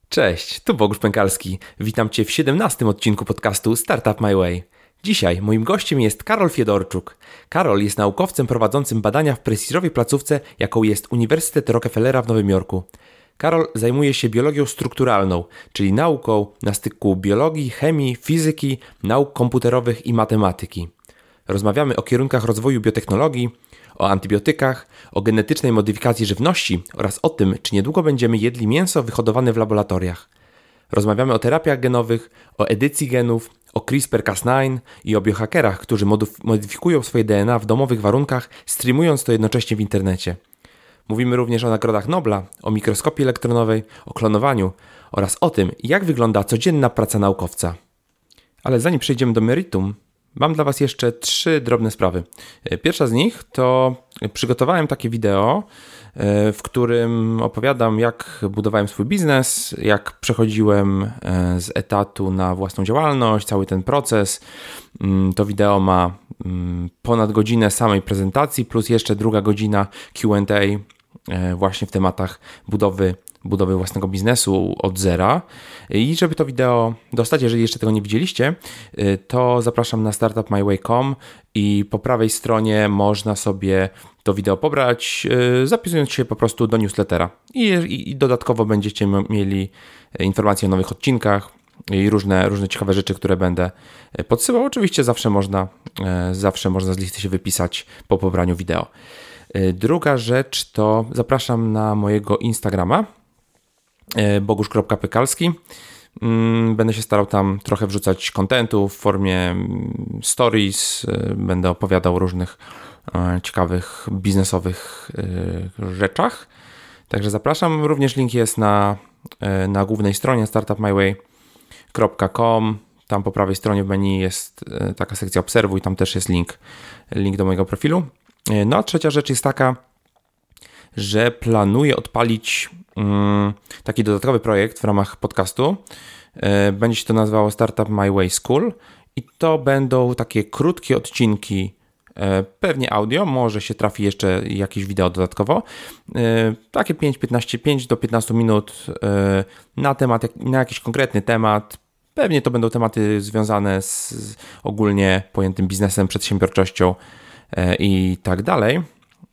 Cześć, tu Bogusz Pękalski. Witam Cię w 17. odcinku podcastu Startup My Way. Dzisiaj moim gościem jest Karol Fiedorczuk. Karol jest naukowcem prowadzącym badania w prestiżowej placówce, jaką jest Uniwersytet Rockefellera w Nowym Jorku. Karol zajmuje się biologią strukturalną, czyli nauką na styku biologii, chemii, fizyki, nauk komputerowych i matematyki. Rozmawiamy o kierunkach rozwoju biotechnologii, o antybiotykach, o genetycznej modyfikacji żywności oraz o tym, czy niedługo będziemy jedli mięso wyhodowane w laboratoriach. Rozmawiamy o terapiach genowych, o edycji genów, o CRISPR-Cas9 i o biohackerach, którzy modyfikują swoje DNA w domowych warunkach, streamując to jednocześnie w internecie. Mówimy również o nagrodach Nobla, o mikroskopii elektronowej, o klonowaniu oraz o tym, jak wygląda codzienna praca naukowca. Ale zanim przejdziemy do meritum, mam dla Was jeszcze 3 drobne sprawy. Pierwsza z nich to przygotowałem takie wideo, w którym opowiadam, jak budowałem swój biznes, jak przechodziłem z etatu na własną działalność, cały ten proces. To wideo ma ponad godzinę samej prezentacji, plus jeszcze druga godzina Q&A właśnie w tematach budowy własnego biznesu od zera. I żeby to wideo dostać, jeżeli jeszcze tego nie widzieliście, to zapraszam na startupmyway.com i po prawej stronie można sobie to wideo pobrać, zapisując się po prostu do newslettera. I dodatkowo będziecie mieli informacje o nowych odcinkach i różne ciekawe rzeczy, które będę podsyłał. Oczywiście zawsze można z listy się wypisać po pobraniu wideo. Druga rzecz to zapraszam na mojego Instagrama, bogusz.pykalski. Będę się starał tam trochę wrzucać kontentu w formie stories. Będę opowiadał o różnych ciekawych biznesowych rzeczach. Także zapraszam. Również link jest na głównej stronie startupmyway.com. Tam po prawej stronie w menu jest taka sekcja obserwuj. Tam też jest link do mojego profilu. No a trzecia rzecz jest taka, że planuję odpalić taki dodatkowy projekt w ramach podcastu. Będzie się to nazywało Startup My Way School i to będą takie krótkie odcinki, pewnie audio, może się trafi jeszcze jakieś wideo dodatkowo, takie 5 do 15 minut na jakiś konkretny temat. Pewnie to będą tematy związane z ogólnie pojętym biznesem, przedsiębiorczością i tak dalej.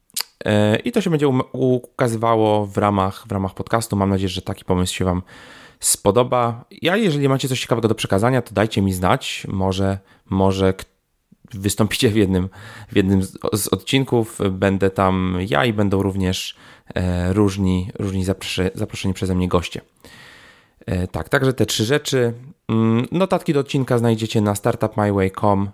I to się będzie ukazywało w ramach podcastu. Mam nadzieję, że taki pomysł się Wam spodoba. Jeżeli macie coś ciekawego do przekazania, to dajcie mi znać. Może wystąpicie w jednym z odcinków. Będę tam ja i będą również różni zaproszeni przeze mnie goście. Tak, także te 3 rzeczy. Notatki do odcinka znajdziecie na startupmyway.com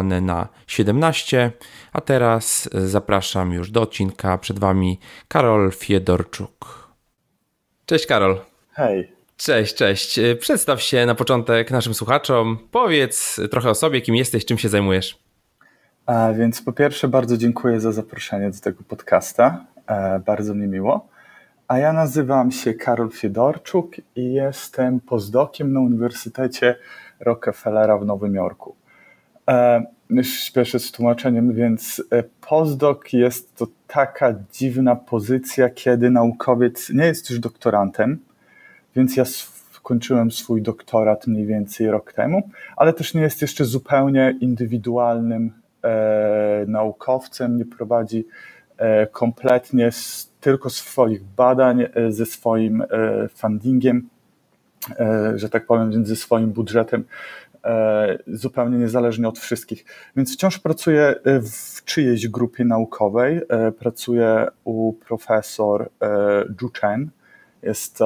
/17. A teraz zapraszam już do odcinka. Przed Wami Karol Fiedorczuk. Cześć Karol. Hej. Cześć. Przedstaw się na początek naszym słuchaczom. Powiedz trochę o sobie, kim jesteś, czym się zajmujesz. Więc po pierwsze bardzo dziękuję za zaproszenie do tego podcasta. Bardzo mi miło. A ja nazywam się Karol Fiedorczuk i jestem postdociem na Uniwersytecie Rockefellera w Nowym Jorku. Już śpieszę z tłumaczeniem, więc postdoc jest to taka dziwna pozycja, kiedy naukowiec nie jest już doktorantem, więc ja skończyłem swój doktorat mniej więcej rok temu, ale też nie jest jeszcze zupełnie indywidualnym naukowcem, nie prowadzi kompletnie tylko swoich badań ze swoim fundingiem, że tak powiem, więc ze swoim budżetem, zupełnie niezależnie od wszystkich. Więc wciąż pracuję w czyjejś grupie naukowej. Pracuję u profesor Ju Chen. Jest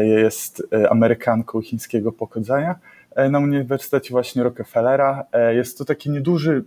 Amerykanką chińskiego pochodzenia na Uniwersytecie właśnie Rockefellera. Jest to taki nieduży,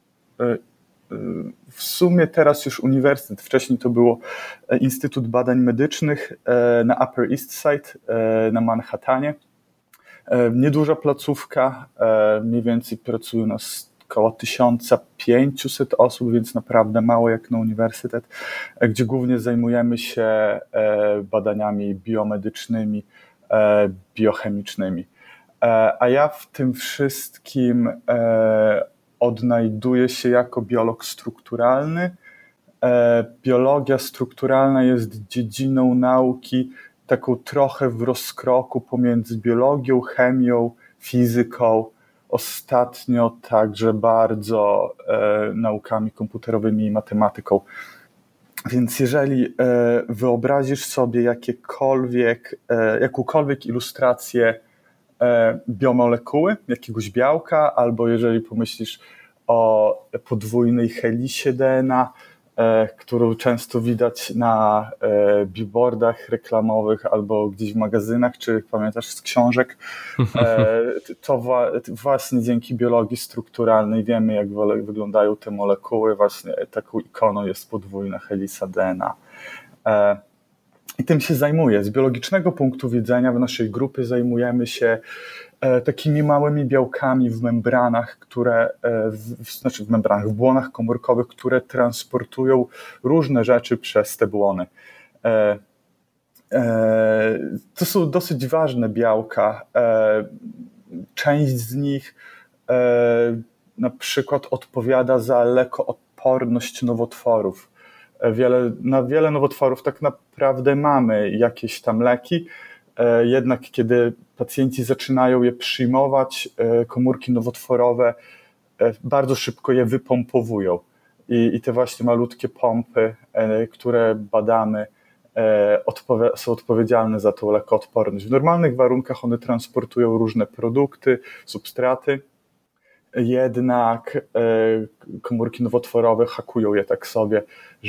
w sumie teraz już uniwersytet, wcześniej to było Instytut Badań Medycznych na Upper East Side na Manhattanie. Nieduża placówka, mniej więcej pracuje nas około 1500 osób, więc naprawdę mało jak na uniwersytet, gdzie głównie zajmujemy się badaniami biomedycznymi, biochemicznymi. A ja w tym wszystkim odnajduję się jako biolog strukturalny. Biologia strukturalna jest dziedziną nauki, taką trochę w rozkroku pomiędzy biologią, chemią, fizyką, ostatnio także bardzo naukami komputerowymi i matematyką. Więc jeżeli wyobrazisz sobie jakąkolwiek ilustrację biomolekuły, jakiegoś białka, albo jeżeli pomyślisz o podwójnej helisie DNA, którą często widać na billboardach reklamowych albo gdzieś w magazynach, czy pamiętasz z książek, to właśnie dzięki biologii strukturalnej wiemy, jak wyglądają te molekuły. Właśnie taką ikoną jest podwójna helisa DNA. I tym się zajmuję. Z biologicznego punktu widzenia w naszej grupie zajmujemy się takimi małymi białkami w membranach, w błonach komórkowych, które transportują różne rzeczy przez te błony. To są dosyć ważne białka. Część z nich na przykład odpowiada za lekoodporność nowotworów. Na wiele nowotworów tak naprawdę mamy jakieś tam leki, jednak kiedy pacjenci zaczynają je przyjmować, komórki nowotworowe bardzo szybko je wypompowują. I te właśnie malutkie pompy, które badamy, są odpowiedzialne za tą lekoodporność. W normalnych warunkach one transportują różne produkty, substraty, jednak komórki nowotworowe hakują je tak sobie,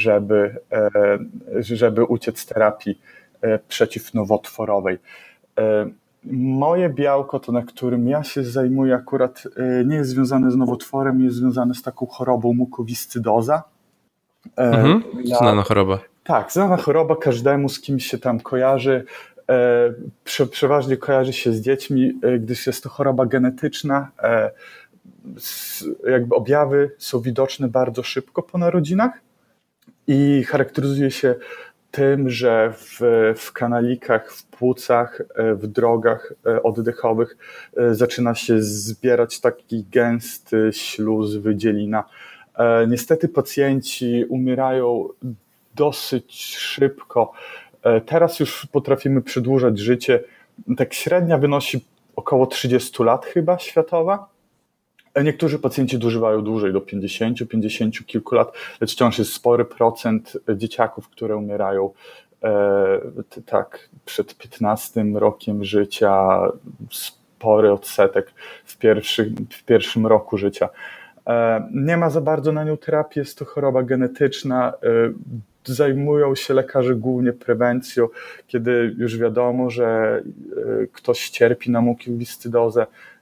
żeby uciec z terapii przeciwnowotworowej. Moje białko, to na którym ja się zajmuję, akurat nie jest związane z nowotworem, jest związane z taką chorobą mukowiscydoza. Znana choroba. Tak, znana choroba każdemu, z kim się tam kojarzy. Przeważnie kojarzy się z dziećmi, gdyż jest to choroba genetyczna. Jakby objawy są widoczne bardzo szybko po narodzinach i charakteryzuje się tym, że w kanalikach, w płucach, w drogach oddechowych zaczyna się zbierać taki gęsty śluz, wydzielina. Niestety pacjenci umierają dosyć szybko. Teraz już potrafimy przedłużać życie. Tak średnia wynosi około 30 lat chyba światowa. Niektórzy pacjenci dożywają dłużej, do 50 kilku lat, lecz wciąż jest spory procent dzieciaków, które umierają tak przed 15 rokiem życia, spory odsetek w pierwszym roku życia. Nie ma za bardzo na nią terapii, jest to choroba genetyczna. Zajmują się lekarze głównie prewencją, kiedy już wiadomo, że ktoś cierpi na mukowiscydozę.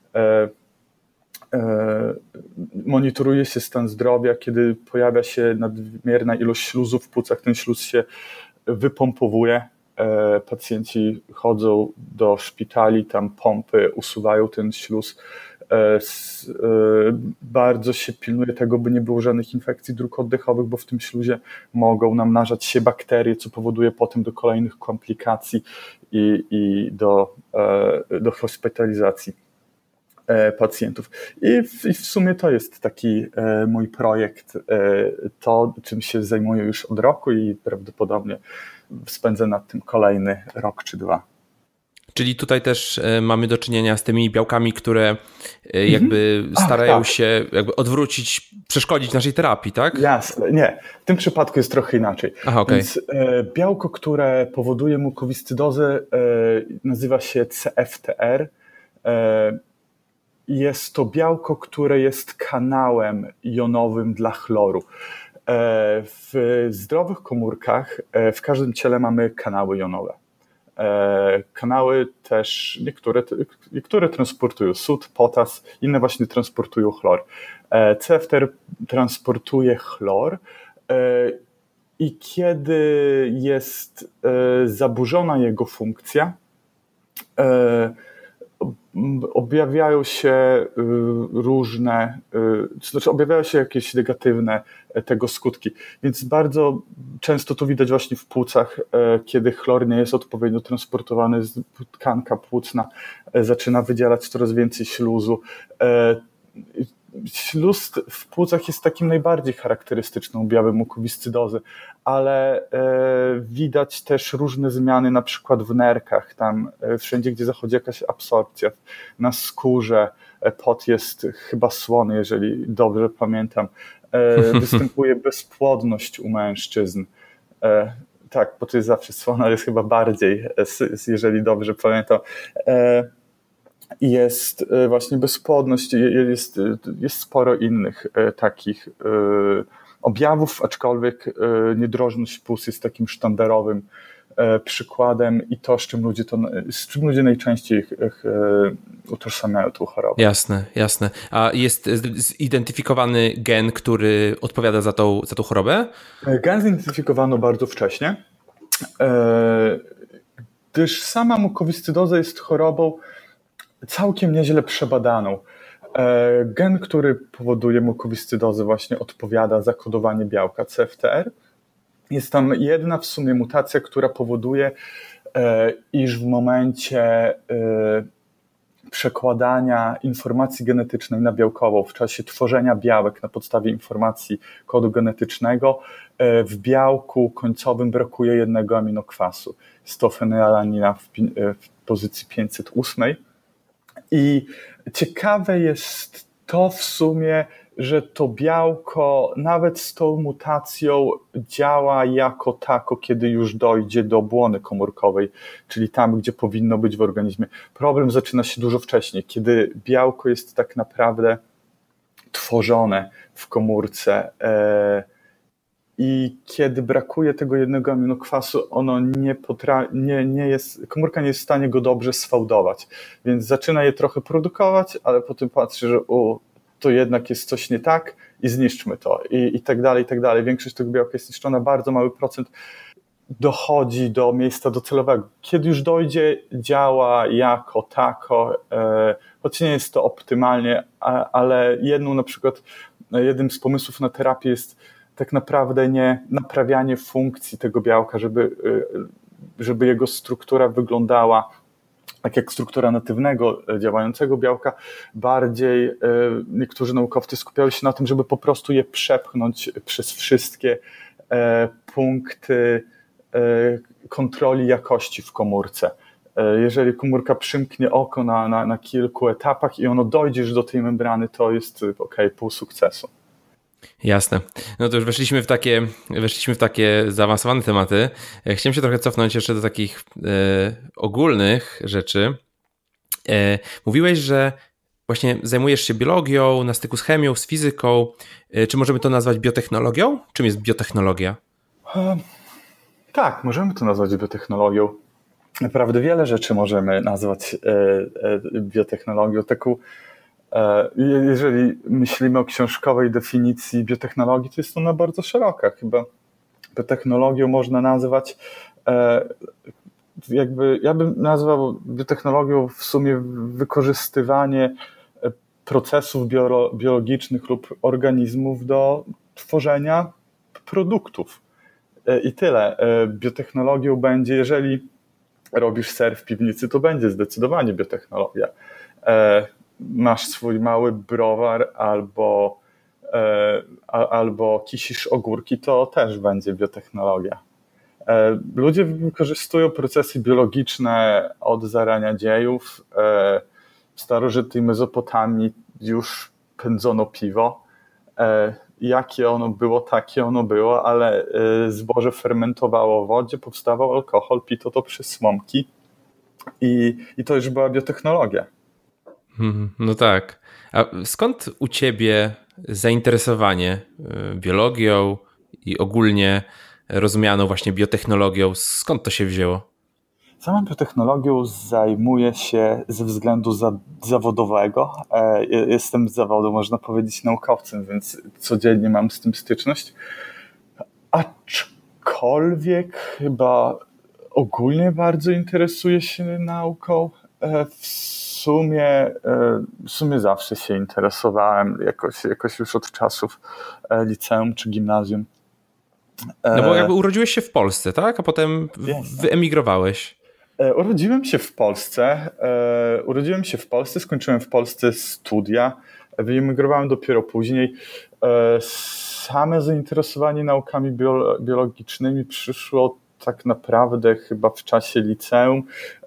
Monitoruje się stan zdrowia, kiedy pojawia się nadmierna ilość śluzu w płucach, ten śluz się wypompowuje. Pacjenci chodzą do szpitali, tam pompy usuwają ten śluz. Bardzo się pilnuje tego, by nie było żadnych infekcji dróg oddechowych, bo w tym śluzie mogą namnażać się bakterie, co powoduje potem do kolejnych komplikacji i do hospitalizacji pacjentów. I w sumie to jest taki mój projekt, to czym się zajmuję już od roku i prawdopodobnie spędzę nad tym kolejny rok czy dwa. Czyli tutaj też mamy do czynienia z tymi białkami, które jakby starają się jakby przeszkodzić naszej terapii, tak? Jasne, nie. W tym przypadku jest trochę inaczej. Aha, okay. Więc białko, które powoduje mukowiscydozę, nazywa się CFTR. Jest to białko, które jest kanałem jonowym dla chloru. W zdrowych komórkach w każdym ciele mamy kanały jonowe. Kanały też, niektóre transportują sód, potas, inne właśnie transportują chlor. CFTR transportuje chlor i kiedy jest zaburzona jego funkcja, objawiają się objawiają się jakieś negatywne tego skutki. Więc bardzo często to widać właśnie w płucach, kiedy chlor nie jest odpowiednio transportowany, tkanka płucna zaczyna wydzielać coraz więcej śluzu. śluz w płucach jest takim najbardziej charakterystycznym objawem mukowiscydozy, ale widać też różne zmiany, na przykład w nerkach, tam wszędzie, gdzie zachodzi jakaś absorpcja, na skórze, pot jest chyba słony, jeżeli dobrze pamiętam. Występuje bezpłodność u mężczyzn. Tak, bo to jest zawsze słona, ale jest chyba bardziej, jeżeli dobrze pamiętam. Jest właśnie bezpłodność, jest sporo innych takich objawów, aczkolwiek niedrożność płuc jest takim sztandarowym przykładem i to, z czym ludzie najczęściej utożsamiają tą chorobę. Jasne. A jest zidentyfikowany gen, który odpowiada za tą chorobę? Gen zidentyfikowano bardzo wcześnie, gdyż sama mukowiscydoza jest chorobą całkiem nieźle przebadaną. Gen, który powoduje mukowiscydozę, właśnie odpowiada za kodowanie białka CFTR. Jest tam jedna w sumie mutacja, która powoduje, iż w momencie przekładania informacji genetycznej na białkową, w czasie tworzenia białek na podstawie informacji kodu genetycznego, w białku końcowym brakuje jednego aminokwasu. Jest to fenylalanina w pozycji 508. I ciekawe jest to w sumie, że to białko nawet z tą mutacją działa jako tako, kiedy już dojdzie do błony komórkowej, czyli tam, gdzie powinno być w organizmie. Problem zaczyna się dużo wcześniej, kiedy białko jest tak naprawdę tworzone w komórce i kiedy brakuje tego jednego aminokwasu, ono komórka nie jest w stanie go dobrze sfałdować, więc zaczyna je trochę produkować, ale potem patrzy, że to jednak jest coś nie tak i zniszczmy to i tak dalej, i tak dalej. Większość tego białka jest zniszczona, bardzo mały procent dochodzi do miejsca docelowego. Kiedy już dojdzie, działa jako tako, choć nie jest to optymalnie, ale jednym z pomysłów na terapię jest tak naprawdę nie naprawianie funkcji tego białka, żeby jego struktura wyglądała tak jak struktura natywnego działającego białka. Bardziej niektórzy naukowcy skupiają się na tym, żeby po prostu je przepchnąć przez wszystkie punkty kontroli jakości w komórce. Jeżeli komórka przymknie oko na kilku etapach i ono dojdzie już do tej membrany, to jest pół sukcesu. Jasne. No to już weszliśmy w takie zaawansowane tematy. Chciałem się trochę cofnąć jeszcze do takich ogólnych rzeczy. Mówiłeś, że właśnie zajmujesz się biologią, na styku z chemią, z fizyką. Czy możemy to nazwać biotechnologią? Czym jest biotechnologia? Tak, możemy to nazwać biotechnologią. Naprawdę wiele rzeczy możemy nazwać biotechnologią. Jeżeli myślimy o książkowej definicji biotechnologii, to jest ona bardzo szeroka. Chyba biotechnologią można nazwać, ja bym nazwał biotechnologią w sumie wykorzystywanie procesów biologicznych lub organizmów do tworzenia produktów. I tyle. Biotechnologią będzie, jeżeli robisz ser w piwnicy, to będzie zdecydowanie biotechnologia. Masz swój mały browar albo kisisz ogórki, to też będzie biotechnologia. Ludzie wykorzystują procesy biologiczne od zarania dziejów. W starożytnej Mezopotamii już pędzono piwo. Jakie ono było, takie ono było, ale zboże fermentowało w wodzie, powstawał alkohol, pito to przez słomki i to już była biotechnologia. No tak. A skąd u ciebie zainteresowanie biologią i ogólnie rozumianą właśnie biotechnologią? Skąd to się wzięło? Samą biotechnologią zajmuję się ze względu zawodowego. Jestem z zawodu, można powiedzieć, naukowcem, więc codziennie mam z tym styczność. Aczkolwiek chyba ogólnie bardzo interesuję się nauką. W sumie zawsze się interesowałem, jakoś już od czasów liceum czy gimnazjum. No bo jakby urodziłeś się w Polsce, tak? A potem wyemigrowałeś. Urodziłem się w Polsce. Skończyłem w Polsce studia. Wyemigrowałem dopiero później. Same zainteresowanie naukami biologicznymi przyszło tak naprawdę chyba w czasie liceum.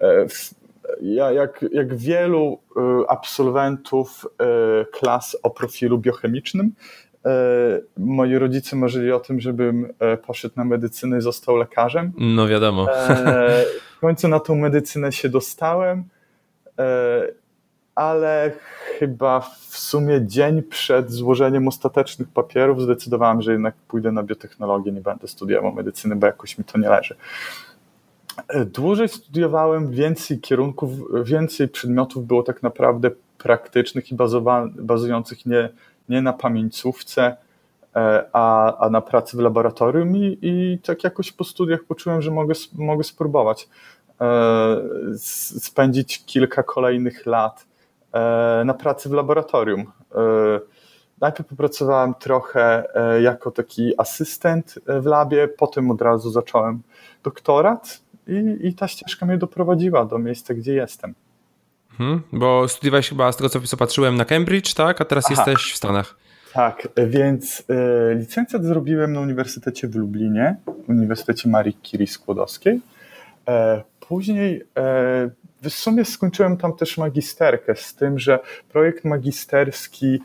Jak wielu absolwentów klas o profilu biochemicznym, moi rodzice marzyli o tym, żebym poszedł na medycynę i został lekarzem. No wiadomo. W końcu na tą medycynę się dostałem, ale chyba w sumie dzień przed złożeniem ostatecznych papierów zdecydowałem, że jednak pójdę na biotechnologię, nie będę studiował medycyny, bo jakoś mi to nie leży. Dłużej studiowałem, więcej kierunków, więcej przedmiotów było tak naprawdę praktycznych i bazujących nie na pamięciówce, a na pracy w laboratorium i tak jakoś po studiach poczułem, że mogę spróbować spędzić kilka kolejnych lat na pracy w laboratorium. Najpierw popracowałem trochę jako taki asystent w labie, potem od razu zacząłem doktorat i ta ścieżka mnie doprowadziła do miejsca, gdzie jestem. Bo studiowałeś chyba, z tego co patrzyłem, na Cambridge, tak? A teraz jesteś w Stanach. Tak, więc licencjat zrobiłem na Uniwersytecie w Lublinie, Uniwersytecie Marii Curie Skłodowskiej. Później w sumie skończyłem tam też magisterkę, z tym, że projekt magisterski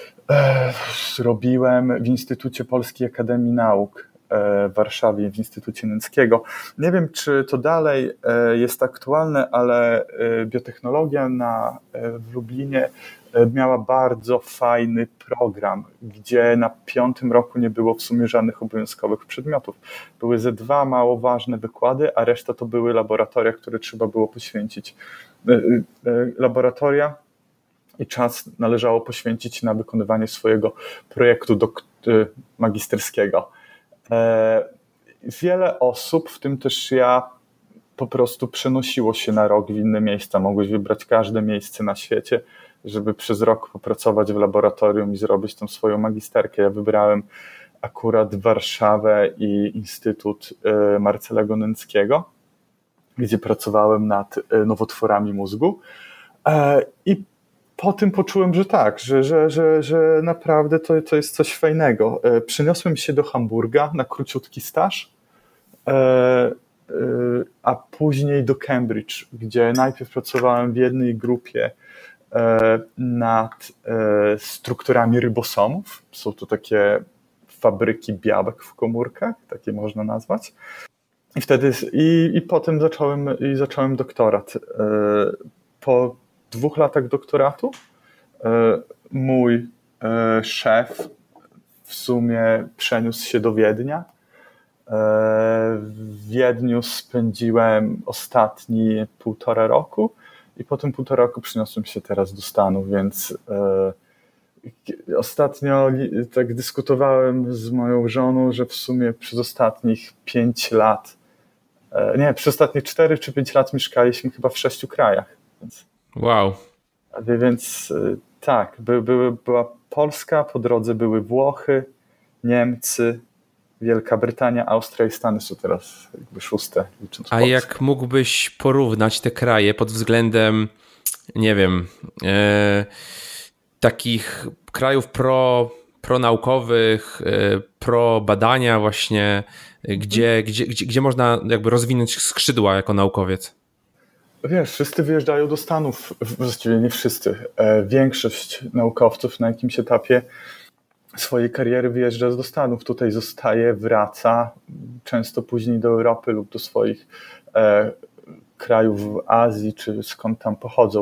robiłem w Instytucie Polskiej Akademii Nauk w Warszawie, w Instytucie Nęckiego. Nie wiem, czy to dalej jest aktualne, ale biotechnologia w Lublinie miała bardzo fajny program, gdzie na 5. roku nie było w sumie żadnych obowiązkowych przedmiotów. Były ze 2 mało ważne wykłady, a reszta to były laboratoria, które trzeba było poświęcić. Laboratoria i czas należało poświęcić na wykonywanie swojego projektu magisterskiego. Wiele osób, w tym też ja, po prostu przenosiło się na rok w inne miejsca. Mogłeś wybrać każde miejsce na świecie, żeby przez rok popracować w laboratorium i zrobić tą swoją magisterkę. Ja wybrałem akurat Warszawę i Instytut Marcelego Nęckiego, gdzie pracowałem nad nowotworami mózgu. I po tym poczułem, że tak, że naprawdę to jest coś fajnego. Przeniosłem się do Hamburga na króciutki staż, a później do Cambridge, gdzie najpierw pracowałem w jednej grupie nad strukturami rybosomów. Są to takie fabryki białek w komórkach, takie można nazwać. I wtedy potem zacząłem doktorat. Po 2 latach doktoratu mój szef w sumie przeniósł się do Wiednia. W Wiedniu spędziłem ostatni 1,5 roku i po tym 1,5 roku przeniosłem się teraz do Stanów, więc ostatnio tak dyskutowałem z moją żoną, że w sumie przez ostatnich 5 lat, przez ostatnie 4 czy 5 lat mieszkaliśmy chyba w 6 krajach. Wow. Więc tak, była Polska, po drodze były Włochy, Niemcy, Wielka Brytania, Austria i Stany są teraz jakby 6. licząc Polskę. A jak mógłbyś porównać te kraje pod względem, nie wiem, takich krajów pronaukowych, pro badania właśnie, gdzie można jakby rozwinąć skrzydła jako naukowiec? Wiesz, wszyscy wyjeżdżają do Stanów, właściwie nie wszyscy. Większość naukowców na jakimś etapie swojej kariery wyjeżdża do Stanów. Tutaj zostaje, wraca, często później do Europy lub do swoich krajów w Azji, czy skąd tam pochodzą.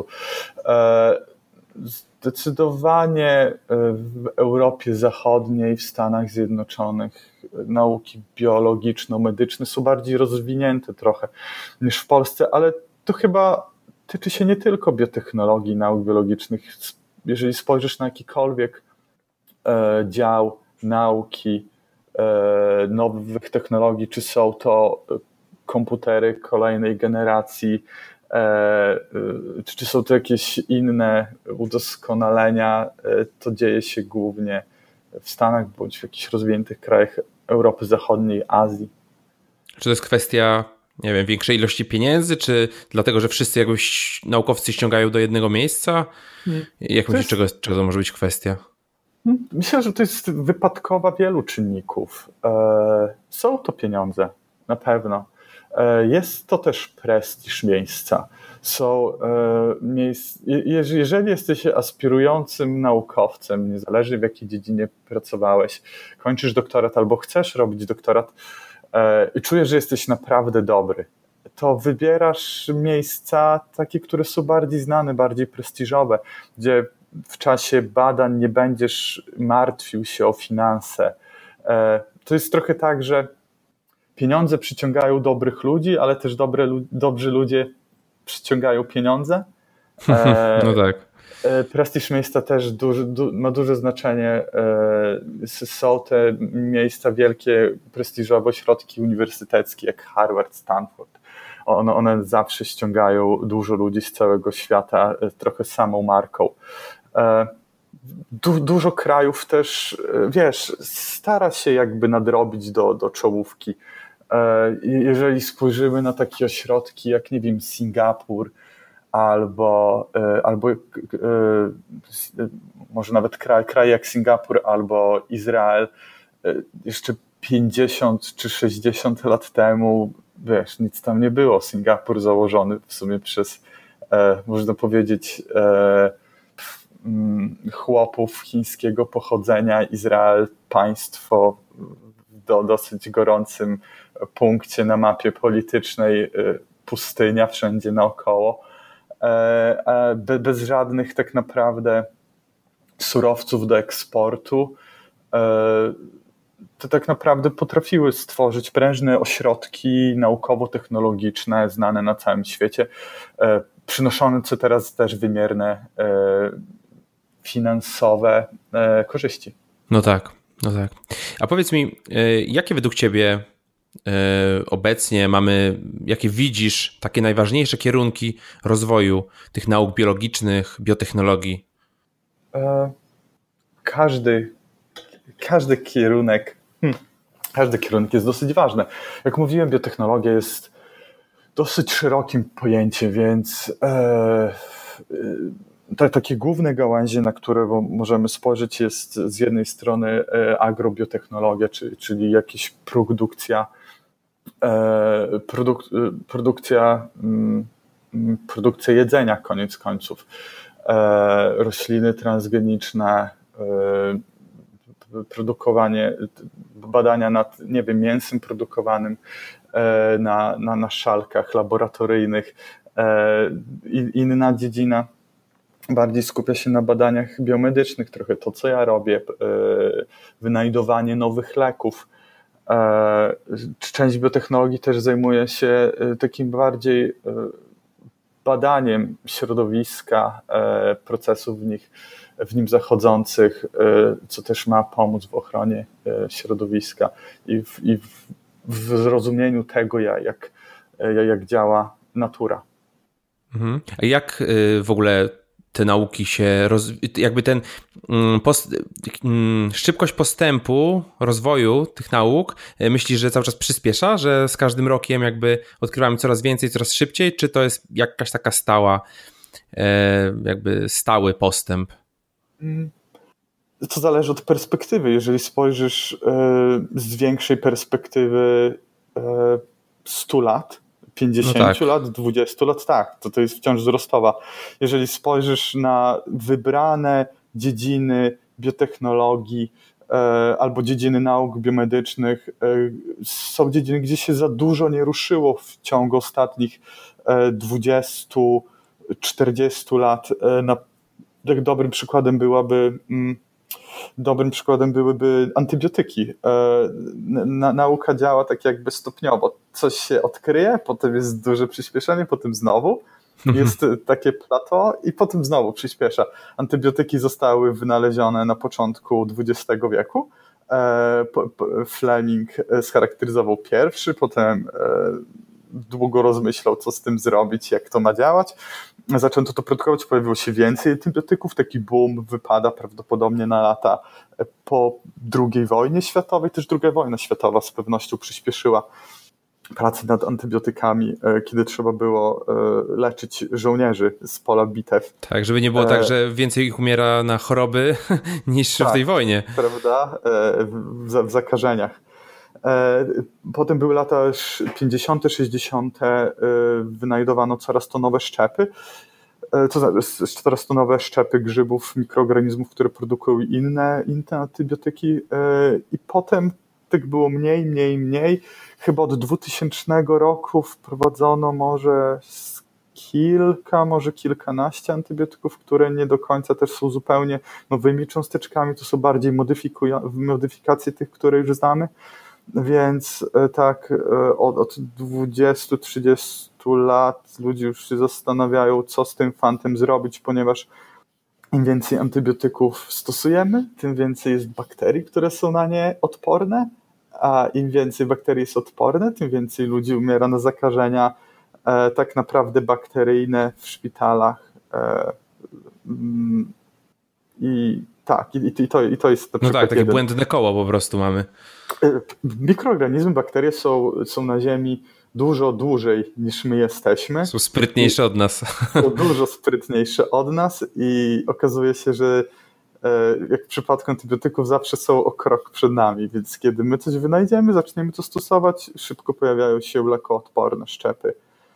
Zdecydowanie w Europie Zachodniej, w Stanach Zjednoczonych nauki biologiczno-medyczne są bardziej rozwinięte trochę niż w Polsce, ale to chyba tyczy się nie tylko biotechnologii, nauk biologicznych. Jeżeli spojrzysz na jakikolwiek dział nauki, nowych technologii, czy są to komputery kolejnej generacji, czy są to jakieś inne udoskonalenia, to dzieje się głównie w Stanach bądź w jakichś rozwiniętych krajach Europy Zachodniej, Azji. Czy to jest kwestia nie wiem, większej ilości pieniędzy, czy dlatego, że wszyscy jakbyś naukowcy ściągają do jednego miejsca? Jak myślisz, czego to może być kwestia? Myślę, że to jest wypadkowa wielu czynników. Są to pieniądze, na pewno. Jest to też prestiż miejsca. Jeżeli jesteś aspirującym naukowcem, niezależnie w jakiej dziedzinie pracowałeś, kończysz doktorat albo chcesz robić doktorat i czujesz, że jesteś naprawdę dobry, to wybierasz miejsca takie, które są bardziej znane, bardziej prestiżowe, gdzie w czasie badań nie będziesz martwił się o finanse. To jest trochę tak, że pieniądze przyciągają dobrych ludzi, ale też dobrzy ludzie przyciągają pieniądze. No tak. Prestiż miejsca też ma duże znaczenie. Są te miejsca wielkie, prestiżowe ośrodki uniwersyteckie jak Harvard, Stanford. One zawsze ściągają dużo ludzi z całego świata trochę samą marką. Dużo krajów też, stara się jakby nadrobić do czołówki. Jeżeli spojrzymy na takie ośrodki jak, nie wiem, Singapur albo może nawet kraje jak Singapur albo Izrael, jeszcze 50 czy 60 lat temu, nic tam nie było. Singapur założony w sumie przez, można powiedzieć, chłopów chińskiego pochodzenia, Izrael państwo w dosyć gorącym punkcie na mapie politycznej, pustynia wszędzie naokoło, bez żadnych tak naprawdę surowców do eksportu. To tak naprawdę potrafiły stworzyć prężne ośrodki naukowo-technologiczne znane na całym świecie, przynoszące teraz też wymierne finansowe korzyści. No tak. A powiedz mi, jakie według Ciebie obecnie jakie widzisz takie najważniejsze kierunki rozwoju tych nauk biologicznych, biotechnologii? Każdy kierunek jest dosyć ważny. Jak mówiłem, biotechnologia jest dosyć szerokim pojęciem, więc takie główne gałęzie, na które możemy spojrzeć, jest z jednej strony agrobiotechnologia, czyli jakaś produkcja jedzenia koniec końców. Rośliny transgeniczne, badania nad, nie wiem, mięsem produkowanym na szalkach laboratoryjnych. Inna dziedzina bardziej skupia się na badaniach biomedycznych, trochę to, co ja robię, wynajdowanie nowych leków. Część biotechnologii też zajmuje się takim bardziej badaniem środowiska, procesów w nim zachodzących, co też ma pomóc w ochronie środowiska i w zrozumieniu tego, jak działa natura. A jak w ogóle te nauki się, jakby szybkość postępu, rozwoju tych nauk, myślisz, że cały czas przyspiesza, że z każdym rokiem jakby odkrywamy coraz więcej, coraz szybciej, czy to jest jakaś taka stały postęp? To zależy od perspektywy. Jeżeli spojrzysz z większej perspektywy 100 lat, 50 lat, 20 lat, tak, to jest wciąż wzrostowa. Jeżeli spojrzysz na wybrane dziedziny biotechnologii albo dziedziny nauk biomedycznych, są dziedziny, gdzie się za dużo nie ruszyło w ciągu ostatnich 20-40 lat. Dobrym przykładem byłyby antybiotyki. Nauka działa tak jakby stopniowo. Coś się odkryje, potem jest duże przyspieszenie, potem znowu jest takie plateau i potem znowu przyspiesza. Antybiotyki zostały wynalezione na początku XX wieku. Fleming scharakteryzował pierwszy, potem długo rozmyślał, co z tym zrobić, jak to ma działać. Zaczęto to produkować, pojawiło się więcej antybiotyków, taki boom wypada prawdopodobnie na lata po II wojnie światowej. Też II wojna światowa z pewnością przyspieszyła pracy nad antybiotykami, kiedy trzeba było leczyć żołnierzy z pola bitew. Tak, żeby nie było tak, że więcej ich umiera na choroby niż w tej wojnie. Prawda? W zakażeniach. Potem były lata 50., 60., wynajdowano coraz to nowe szczepy. To znaczy coraz to nowe szczepy grzybów, mikroorganizmów, które produkują inne antybiotyki i potem tak było mniej. Chyba od 2000 roku wprowadzono może kilkanaście antybiotyków, które nie do końca też są zupełnie nowymi cząsteczkami, to są bardziej modyfikacje tych, które już znamy, więc tak od 20-30 lat ludzie już się zastanawiają, co z tym fantem zrobić, ponieważ im więcej antybiotyków stosujemy, tym więcej jest bakterii, które są na nie odporne, a im więcej bakterii jest odporne, tym więcej ludzi umiera na zakażenia tak naprawdę bakteryjne w szpitalach. I to jest na przykład takie błędne koło po prostu mamy. Mikroorganizmy, bakterie są na Ziemi dużo dłużej niż my jesteśmy. Są sprytniejsze od nas. Są dużo sprytniejsze od nas i okazuje się, że jak w przypadku antybiotyków zawsze są o krok przed nami, więc kiedy my coś wynajdziemy, zaczniemy to stosować, szybko pojawiają się lekoodporne szczepy.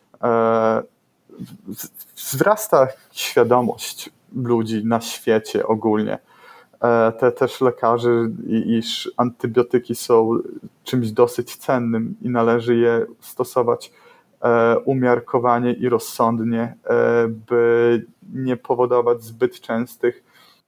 Wzrasta świadomość ludzi na świecie ogólnie, też lekarzy, iż antybiotyki są czymś dosyć cennym i należy je stosować umiarkowanie i rozsądnie, by nie powodować zbyt częstych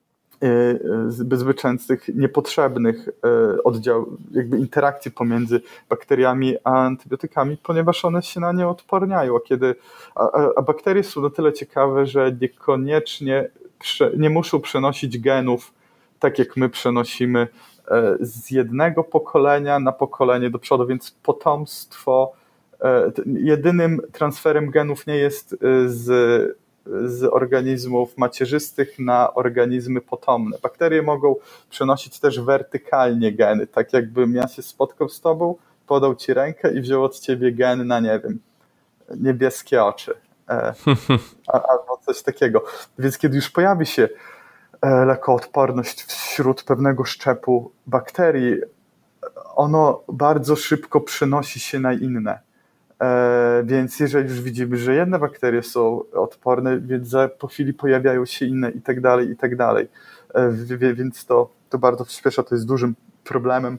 niepotrzebnych interakcji pomiędzy bakteriami a antybiotykami, ponieważ one się na nie odporniają, a bakterie są na tyle ciekawe, że niekoniecznie nie muszą przenosić genów tak jak my przenosimy z jednego pokolenia na pokolenie do przodu, więc potomstwo jedynym transferem genów nie jest z organizmów macierzystych na organizmy potomne. Bakterie mogą przenosić też wertykalnie geny, tak jakbym ja się spotkał z tobą, podał ci rękę i wziął od ciebie gen na, nie wiem, niebieskie oczy albo coś takiego. Więc kiedy już pojawi się lekoodporność wśród pewnego szczepu bakterii, ono bardzo szybko przenosi się na inne. Więc jeżeli już widzimy, że jedne bakterie są odporne, więc po chwili pojawiają się inne i tak dalej. Więc to bardzo przyspiesza, to jest dużym problemem.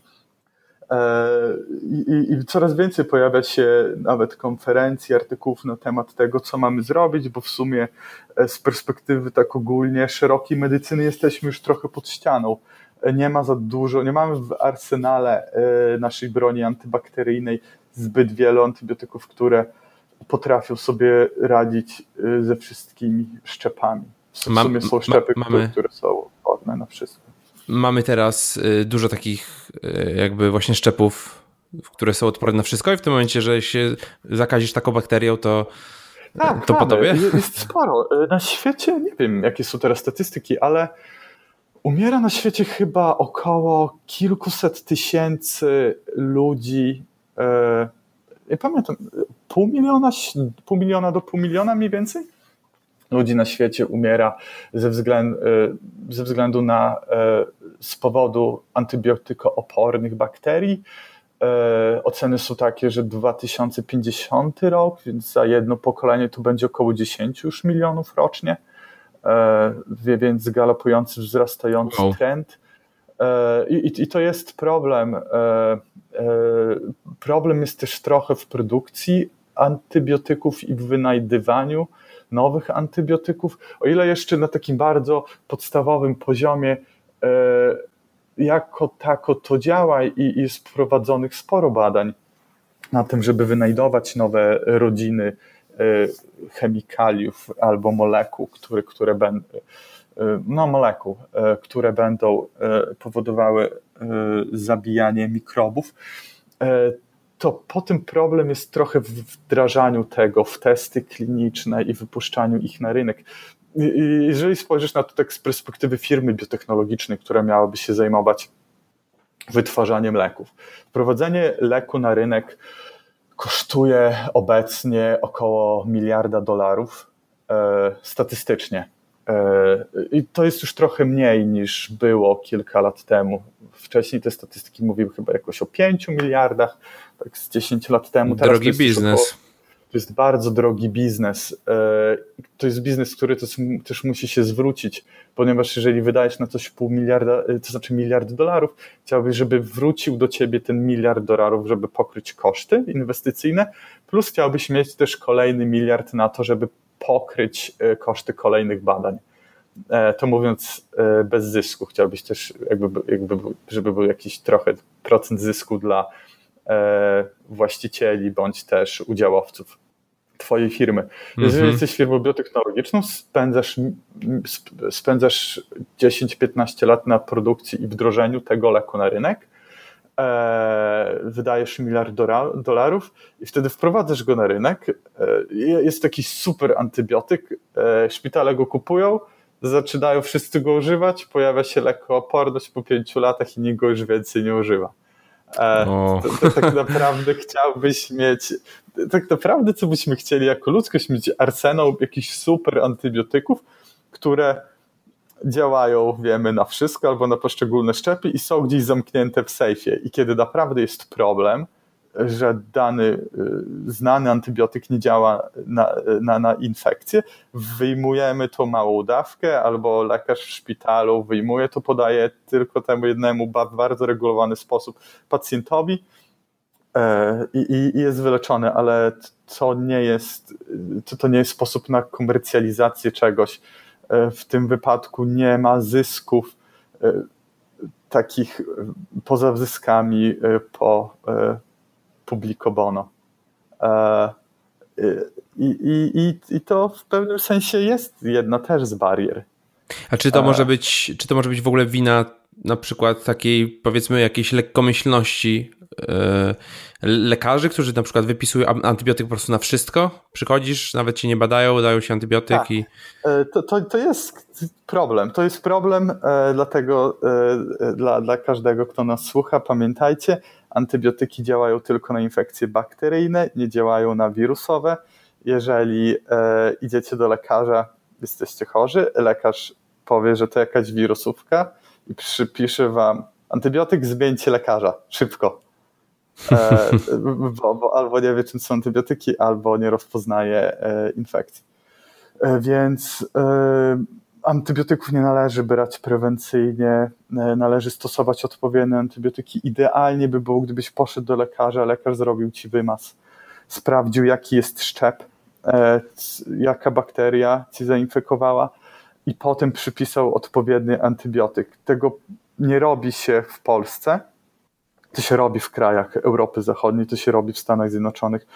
I coraz więcej pojawia się nawet konferencji, artykułów na temat tego, co mamy zrobić, bo w sumie z perspektywy tak ogólnie szerokiej medycyny jesteśmy już trochę pod ścianą. Nie ma za dużo, nie mamy w arsenale naszej broni antybakteryjnej zbyt wielu antybiotyków, które potrafią sobie radzić ze wszystkimi szczepami. W sumie są szczepy, które są odporne na wszystko. Mamy teraz dużo takich jakby właśnie szczepów, które są odporne na wszystko i w tym momencie, że się zakazisz taką bakterią, to po tobie? Jest sporo. Na świecie, nie wiem jakie są teraz statystyki, ale umiera na świecie chyba około kilkuset tysięcy ludzi, nie pamiętam, pół miliona do pół miliona mniej więcej ludzi na świecie umiera ze względu na z powodu antybiotykoopornych bakterii. Oceny są takie, że 2050 rok, więc za jedno pokolenie to będzie około 10 już milionów rocznie, więc galopujący, wzrastający trend. I to jest problem. Problem jest też trochę w produkcji antybiotyków i w wynajdywaniu nowych antybiotyków, o ile jeszcze na takim bardzo podstawowym poziomie jako tako to działa i jest prowadzonych sporo badań na tym, żeby wynajdować nowe rodziny chemikaliów albo molekuł, które będą powodowały zabijanie mikrobów, to potem problem jest trochę w wdrażaniu tego w testy kliniczne i wypuszczaniu ich na rynek. Jeżeli spojrzysz na to tak z perspektywy firmy biotechnologicznej, która miałaby się zajmować wytwarzaniem leków, wprowadzenie leku na rynek kosztuje obecnie około $1 miliarda statystycznie. I to jest już trochę mniej niż było kilka lat temu. Wcześniej te statystyki mówiły chyba jakoś o 5 miliardach, tak z 10 lat temu. Teraz drogi biznes. To jest bardzo drogi biznes. To jest biznes, który też musi się zwrócić, ponieważ jeżeli wydajesz na coś $0,5 miliarda, to znaczy $1 miliard, chciałbyś, żeby wrócił do ciebie ten $1 miliard, żeby pokryć koszty inwestycyjne, plus chciałbyś mieć też kolejny $1 miliard na to, żeby pokryć koszty kolejnych badań. To mówiąc bez zysku. Chciałbyś też, żeby był jakiś trochę procent zysku dla właścicieli bądź też udziałowców twojej firmy. Jeżeli jesteś firmą biotechnologiczną, spędzasz 10-15 lat na produkcji i wdrożeniu tego leku na rynek, wydajesz $1 miliard i wtedy wprowadzasz go na rynek. Jest taki super antybiotyk, szpitale go kupują, zaczynają wszyscy go używać, pojawia się lekooporność po 5 latach i nikt go już więcej nie używa. To tak naprawdę chciałbyś mieć, tak naprawdę co byśmy chcieli jako ludzkość, mieć arsenał jakichś super antybiotyków, które działają, wiemy, na wszystko albo na poszczególne szczepy i są gdzieś zamknięte w sejfie. I kiedy naprawdę jest problem, że dany znany antybiotyk nie działa na infekcję, wyjmujemy tą małą dawkę albo lekarz w szpitalu wyjmuje to, podaje tylko temu jednemu bardzo regulowany sposób pacjentowi i jest wyleczony, ale to nie jest sposób na komercjalizację czegoś. W tym wypadku nie ma zysków takich poza zyskami po publico bono. I to w pewnym sensie jest jedna też z barier. A czy to może być w ogóle wina na przykład takiej, powiedzmy, jakiejś lekkomyślności lekarzy, którzy na przykład wypisują antybiotyk po prostu na wszystko? Przychodzisz, nawet cię nie badają, dają ci antybiotyk tak. i... To jest problem. To jest problem, dlatego dla każdego, kto nas słucha, pamiętajcie, antybiotyki działają tylko na infekcje bakteryjne, nie działają na wirusowe. Jeżeli idziecie do lekarza, jesteście chorzy, lekarz powie, że to jakaś wirusówka i przypisze wam antybiotyk, zmieńcie lekarza, szybko. Bo albo nie wie, czym są antybiotyki, albo nie rozpoznaje infekcji. Więc antybiotyków nie należy brać prewencyjnie, należy stosować odpowiednie antybiotyki. Idealnie by było, gdybyś poszedł do lekarza, lekarz zrobił ci wymaz, sprawdził, jaki jest szczep, jaka bakteria ci zainfekowała i potem przypisał odpowiedni antybiotyk. Tego nie robi się w Polsce. To się robi w krajach Europy Zachodniej, to się robi w Stanach Zjednoczonych.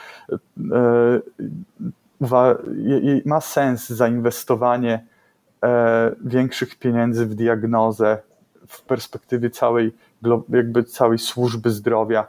Ma sens zainwestowanie większych pieniędzy w diagnozę w perspektywie całej służby zdrowia,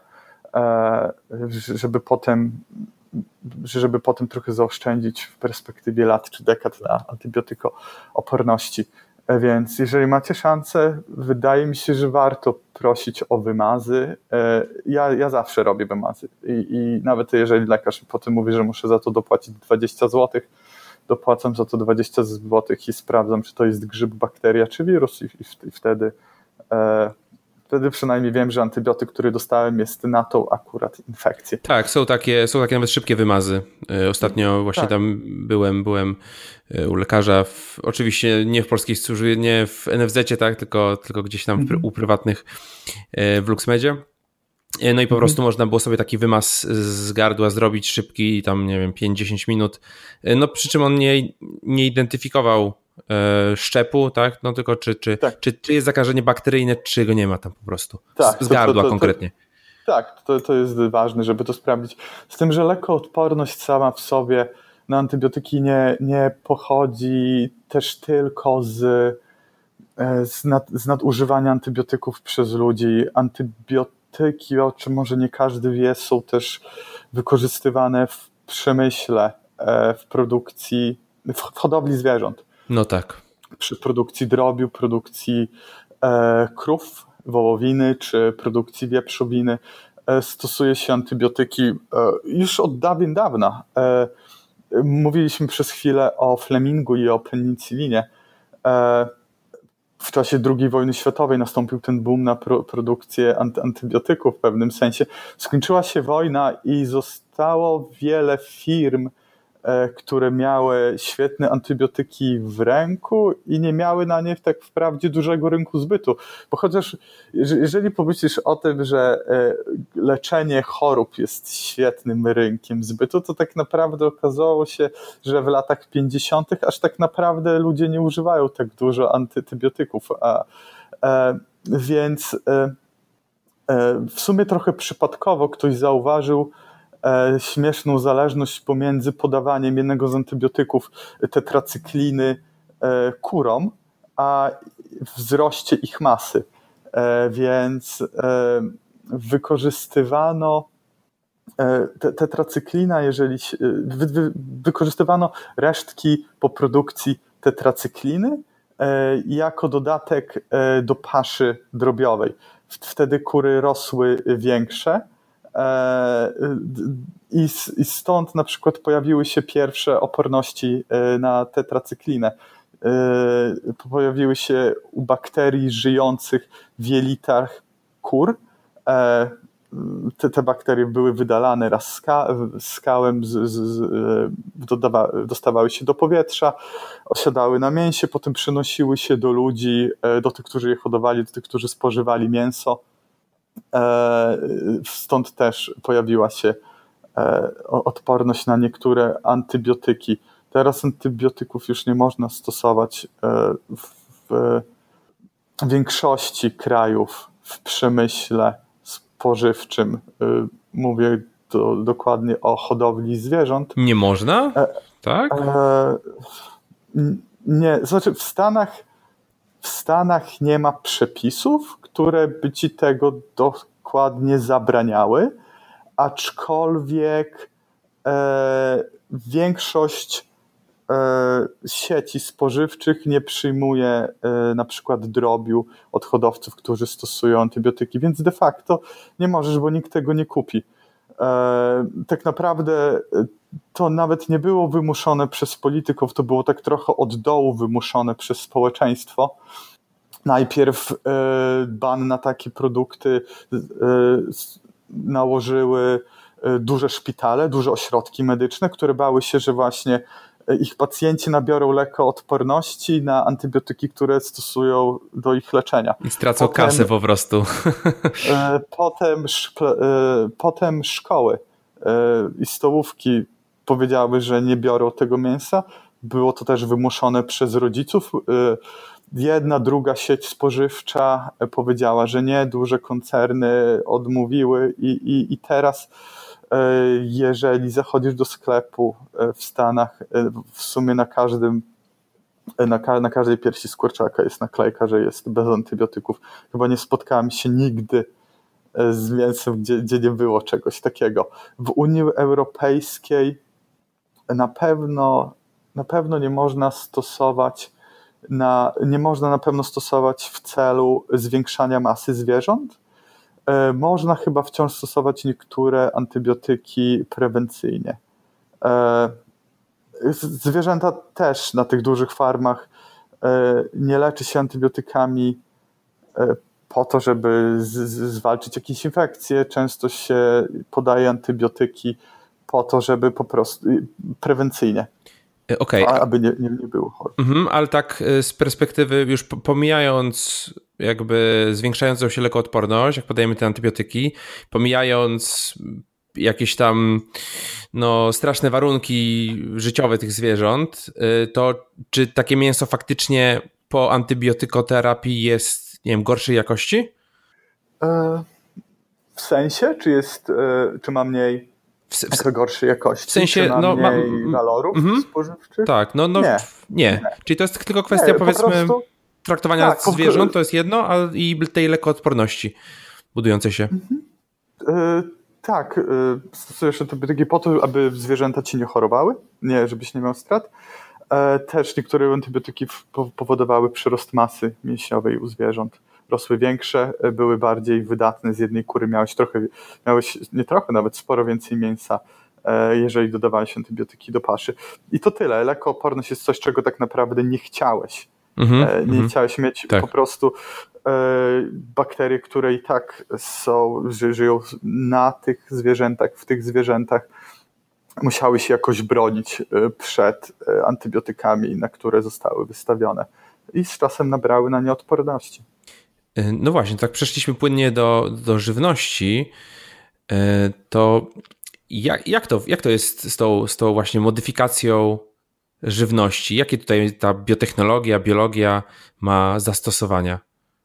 żeby potem trochę zaoszczędzić w perspektywie lat czy dekad na antybiotykooporności. Więc jeżeli macie szansę, wydaje mi się, że warto prosić o wymazy. Ja zawsze robię wymazy i nawet jeżeli lekarz potem mówi, że muszę za to dopłacić 20 zł, dopłacam za to 20 zł i sprawdzam, czy to jest grzyb, bakteria czy wirus i wtedy przynajmniej wiem, że antybiotyk, który dostałem, jest na tą akurat infekcję. Tak, są takie nawet szybkie wymazy. Ostatnio właśnie tam byłem u lekarza, oczywiście nie w polskiej służbie, nie w NFZ-cie, tak, tylko gdzieś tam u prywatnych w LuxMedzie. No i po prostu można było sobie taki wymaz z gardła zrobić szybki, tam nie wiem, 5-10 minut. No przy czym on nie identyfikował szczepu, tak? No tylko czy jest zakażenie bakteryjne, czy go nie ma tam po prostu. Z gardła konkretnie. Tak, to jest ważne, żeby to sprawdzić. Z tym, że lekkoodporność sama w sobie na antybiotyki nie pochodzi też tylko z nadużywania antybiotyków przez ludzi. Antybiotyki, o czym może nie każdy wie, są też wykorzystywane w przemyśle, w produkcji, w hodowli zwierząt. No tak. Przy produkcji drobiu, produkcji krów, wołowiny czy produkcji wieprzowiny. stosuje się antybiotyki już od dawien dawna. Mówiliśmy przez chwilę o Flemingu i o penicyllinie. W czasie II wojny światowej nastąpił ten boom na produkcję antybiotyków w pewnym sensie. Skończyła się wojna i zostało wiele firm, które miały świetne antybiotyki w ręku i nie miały na nie tak wprawdzie dużego rynku zbytu. Bo chociaż jeżeli pomyślisz o tym, że leczenie chorób jest świetnym rynkiem zbytu, to tak naprawdę okazało się, że w latach 50. aż tak naprawdę ludzie nie używają tak dużo antybiotyków. Więc w sumie trochę przypadkowo ktoś zauważył śmieszną zależność pomiędzy podawaniem jednego z antybiotyków, tetracykliny, kurom, a wzroście ich masy. Więc wykorzystywano tetracyklina, wykorzystywano resztki po produkcji tetracykliny jako dodatek do paszy drobiowej. Wtedy kury rosły większe, i stąd na przykład pojawiły się pierwsze oporności na tetracyklinę. Pojawiły się u bakterii żyjących w jelitach kur. Te bakterie były wydalane raz skałem, dostawały się do powietrza, osiadały na mięsie, potem przenosiły się do ludzi, do tych, którzy je hodowali, do tych, którzy spożywali mięso. Stąd też pojawiła się odporność na niektóre antybiotyki. Teraz antybiotyków już nie można stosować w większości krajów w przemyśle spożywczym. Mówię dokładnie o hodowli zwierząt. Nie można? Tak? Nie, znaczy w Stanach nie ma przepisów, które by ci tego dokładnie zabraniały, aczkolwiek większość sieci spożywczych nie przyjmuje na przykład drobiu od hodowców, którzy stosują antybiotyki, więc de facto nie możesz, bo nikt tego nie kupi. Tak naprawdę to nawet nie było wymuszone przez polityków, to było tak trochę od dołu wymuszone przez społeczeństwo. Najpierw ban na takie produkty nałożyły duże szpitale, duże ośrodki medyczne, które bały się, że właśnie ich pacjenci nabiorą lekoodporności na antybiotyki, które stosują do ich leczenia. I stracą kasę po prostu. Potem szkoły i stołówki powiedziały, że nie biorą tego mięsa. Było to też wymuszone przez rodziców. Jedna, druga sieć spożywcza powiedziała, że nie, duże koncerny odmówiły i teraz jeżeli zachodzisz do sklepu w Stanach, w sumie na każdej piersi z kurczaka jest naklejka, że jest bez antybiotyków. Chyba nie spotkałem się nigdy z mięsem, gdzie nie było czegoś takiego. W Unii Europejskiej na pewno nie można stosować w celu zwiększania masy zwierząt. Można chyba wciąż stosować niektóre antybiotyki prewencyjnie. Zwierzęta też na tych dużych farmach nie leczy się antybiotykami po to, żeby zwalczyć jakieś infekcje. Często się podaje antybiotyki po to, żeby po prostu prewencyjnie. Okay. Aby nie było chorób. Ale tak z perspektywy już pomijając jakby zwiększającą się lekoodporność, jak podajemy te antybiotyki, pomijając jakieś tam straszne warunki życiowe tych zwierząt, to czy takie mięso faktycznie po antybiotykoterapii jest, nie wiem, gorszej jakości? W sensie? Czy ma mniej gorszej jakości? W sensie, czy ma mniej walorów spożywczych? Tak, nie. Czyli to jest tylko kwestia, powiedzmy, traktowania zwierząt, to jest jedno, ale i tej lekoodporności budującej się. Tak, stosujesz antybiotyki po to, aby zwierzęta ci nie chorowały, nie, żebyś nie miał strat. Też niektóre antybiotyki powodowały przyrost masy mięśniowej u zwierząt. rosły większe, były bardziej wydatne. Z jednej kury miałeś nie trochę, nawet sporo więcej mięsa, jeżeli dodawałeś antybiotyki do paszy. I to tyle. Lekooporność jest coś, czego tak naprawdę nie chciałeś. Nie chciałeś mieć po prostu bakterie, które i tak żyją na tych zwierzętach, w tych zwierzętach. Musiały się jakoś bronić przed antybiotykami, na które zostały wystawione. I z czasem nabrały na nie odporności. No właśnie, tak przeszliśmy płynnie do żywności. To jak to jest z tą właśnie modyfikacją żywności? Jakie tutaj ta biologia ma zastosowania?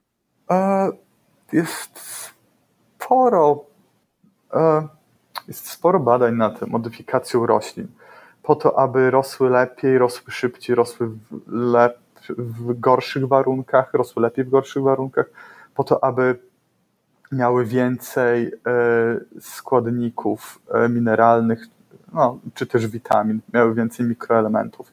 Jest sporo badań nad modyfikacją roślin po to, aby rosły lepiej, rosły szybciej, rosły w gorszych warunkach, rosły lepiej w gorszych warunkach, po to, aby miały więcej składników mineralnych, czy też witamin, miały więcej mikroelementów.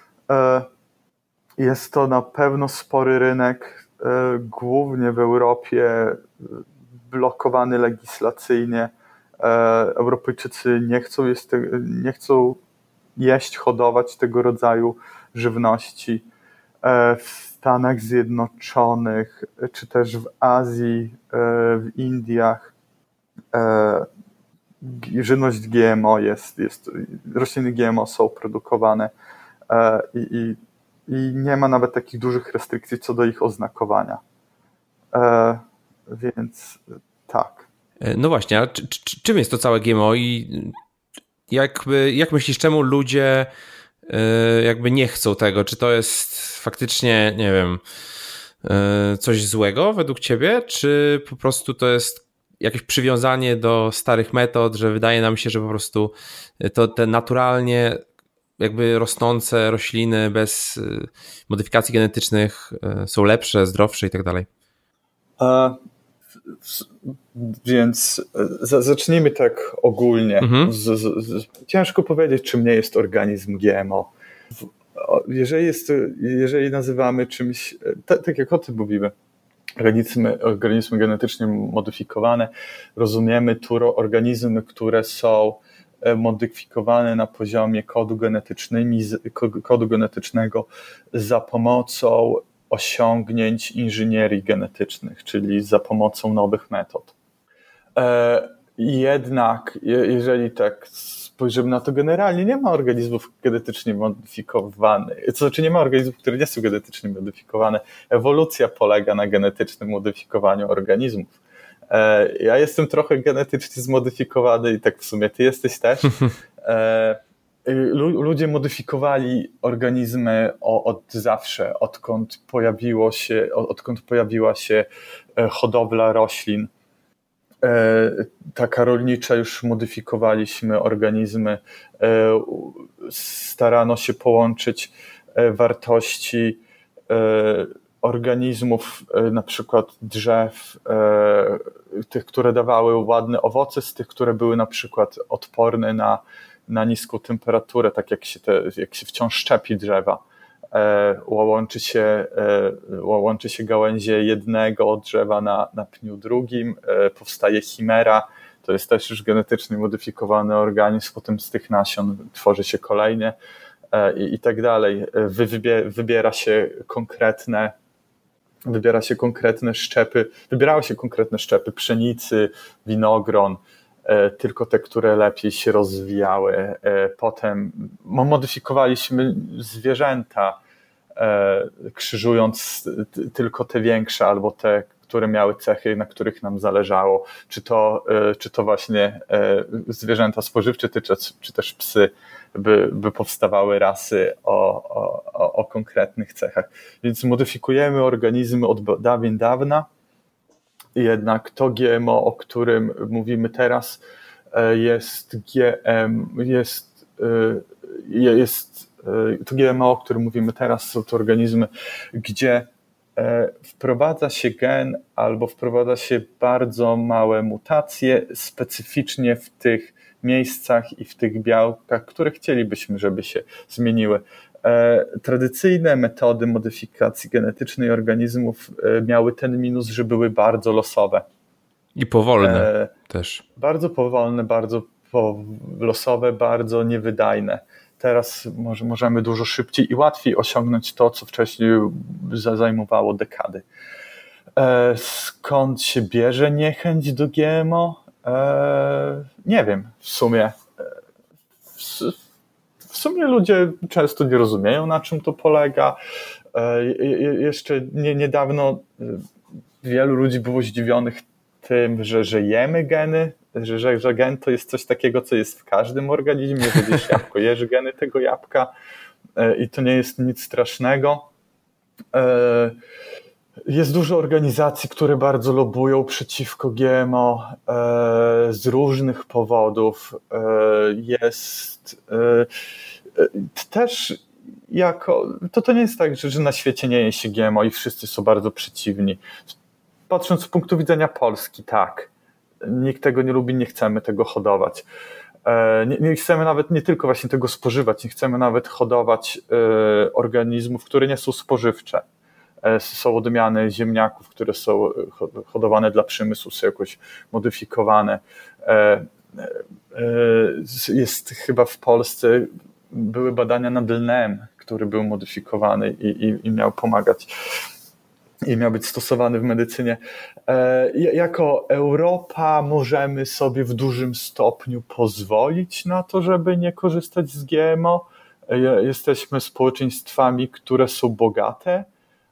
Jest to na pewno spory rynek, głównie w Europie, blokowany legislacyjnie. Europejczycy nie chcą jeść, hodować tego rodzaju żywności. W Stanach Zjednoczonych, czy też w Azji, w Indiach żywność GMO rośliny GMO są produkowane i nie ma nawet takich dużych restrykcji co do ich oznakowania. Więc tak. No właśnie, a czym jest to całe GMO i jak myślisz, czemu ludzie jakby nie chcą tego? Czy to jest faktycznie, nie wiem, coś złego według ciebie, czy po prostu to jest jakieś przywiązanie do starych metod, że wydaje nam się, że po prostu te naturalnie jakby rosnące rośliny bez modyfikacji genetycznych są lepsze, zdrowsze i tak dalej? Więc zacznijmy tak ogólnie. Ciężko powiedzieć, czym nie jest organizm GMO. Jeżeli nazywamy czymś, tak jak o tym mówimy, organizmy genetycznie modyfikowane, rozumiemy tu organizmy, które są modyfikowane na poziomie kodu genetycznego za pomocą osiągnięć inżynierii genetycznych, czyli za pomocą nowych metod. Jednak, jeżeli tak spojrzymy na to generalnie, nie ma organizmów genetycznie modyfikowanych. To znaczy nie ma organizmów, które nie są genetycznie modyfikowane. Ewolucja polega na genetycznym modyfikowaniu organizmów. Ja jestem trochę genetycznie zmodyfikowany i tak w sumie ty jesteś też. Ludzie modyfikowali organizmy od zawsze, odkąd pojawiła się hodowla roślin. Taka rolnicza, już modyfikowaliśmy organizmy, starano się połączyć wartości organizmów, na przykład drzew, tych, które dawały ładne owoce, z tych, które były na przykład odporne na niską temperaturę, tak jak się wciąż szczepi drzewa. Łączy się gałęzie jednego drzewa na pniu drugim, powstaje chimera, to jest też już genetycznie modyfikowany organizm, potem z tych nasion tworzy się kolejne i tak dalej. Wybierało się konkretne szczepy pszenicy, winogron, tylko te, które lepiej się rozwijały. Potem modyfikowaliśmy zwierzęta, krzyżując tylko te większe albo te, które miały cechy, na których nam zależało. Czy to właśnie zwierzęta spożywcze, czy też psy, by powstawały rasy o konkretnych cechach. Więc modyfikujemy organizmy od dawna. Jednak to GMO, o którym mówimy teraz, to GMO, o którym mówimy teraz, są to organizmy, gdzie wprowadza się gen albo wprowadza się bardzo małe mutacje specyficznie w tych miejscach i w tych białkach, które chcielibyśmy, żeby się zmieniły. tradycyjne metody modyfikacji genetycznej organizmów miały ten minus, że były bardzo losowe. I powolne też. Bardzo powolne, bardzo losowe, bardzo niewydajne. Teraz możemy dużo szybciej i łatwiej osiągnąć to, co wcześniej zajmowało dekady. Skąd się bierze niechęć do GMO? Nie wiem, w sumie ludzie często nie rozumieją, na czym to polega. Jeszcze niedawno wielu ludzi było zdziwionych tym, że jemy geny, że gen to jest coś takiego, co jest w każdym organizmie, że jesz jabłko, jesz geny tego jabłka i to nie jest nic strasznego. Jest dużo organizacji, które bardzo lobują przeciwko GMO z różnych powodów. Jest też to nie jest tak, że na świecie nie je się GMO i wszyscy są bardzo przeciwni. Patrząc z punktu widzenia Polski, tak. Nikt tego nie lubi, nie chcemy tego hodować. Nie chcemy nawet nie tylko właśnie tego spożywać, nie chcemy nawet hodować organizmów, które nie są spożywcze. Są odmiany ziemniaków, które są hodowane dla przemysłu, są jakoś modyfikowane. Jest chyba w Polsce, były badania nad lnem, który był modyfikowany i miał pomagać i miał być stosowany w medycynie. Jako Europa możemy sobie w dużym stopniu pozwolić na to, żeby nie korzystać z GMO. Jesteśmy społeczeństwami, które są bogate.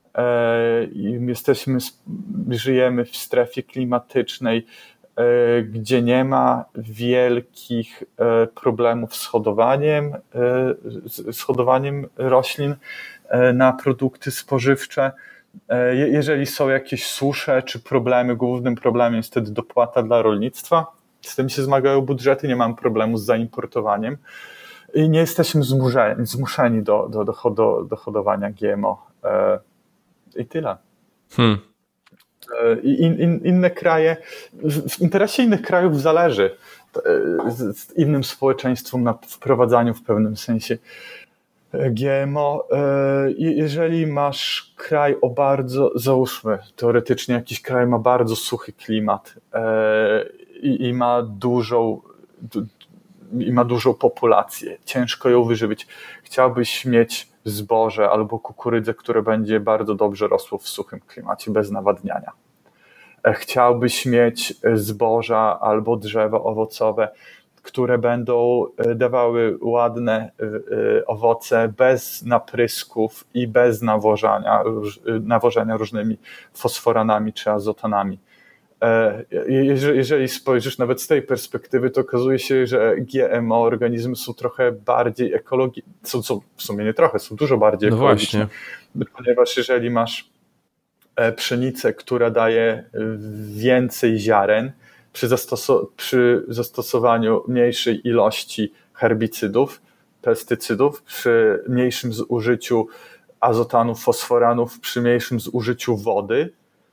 Żyjemy w strefie klimatycznej, gdzie nie ma wielkich problemów z hodowaniem roślin na produkty spożywcze. Jeżeli są jakieś susze czy problemy, głównym problemem jest wtedy dopłata dla rolnictwa. Z tym się zmagają budżety, nie mam problemu z zaimportowaniem i nie jesteśmy zmuszeni do hodowania GMO. I tyle. Inne kraje, w interesie innych krajów zależy innym społeczeństwom na wprowadzaniu w pewnym sensie GMO. Jeżeli masz kraj o bardzo, załóżmy teoretycznie jakiś kraj ma bardzo suchy klimat i ma dużą populację, ciężko ją wyżywić, chciałbyś mieć zboże albo kukurydzę, które będzie bardzo dobrze rosło w suchym klimacie, bez nawadniania. Chciałbyś mieć zboża albo drzewa owocowe, które będą dawały ładne owoce bez naprysków i bez nawożenia różnymi fosforanami czy azotanami. Jeżeli spojrzysz nawet z tej perspektywy, to okazuje się, że GMO organizmy są trochę bardziej ekologiczne, są w sumie nie trochę, są dużo bardziej ekologiczne, ponieważ jeżeli masz pszenicę, która daje więcej ziaren przy zastosowaniu mniejszej ilości herbicydów, pestycydów, przy mniejszym zużyciu azotanów, fosforanów, przy mniejszym zużyciu wody,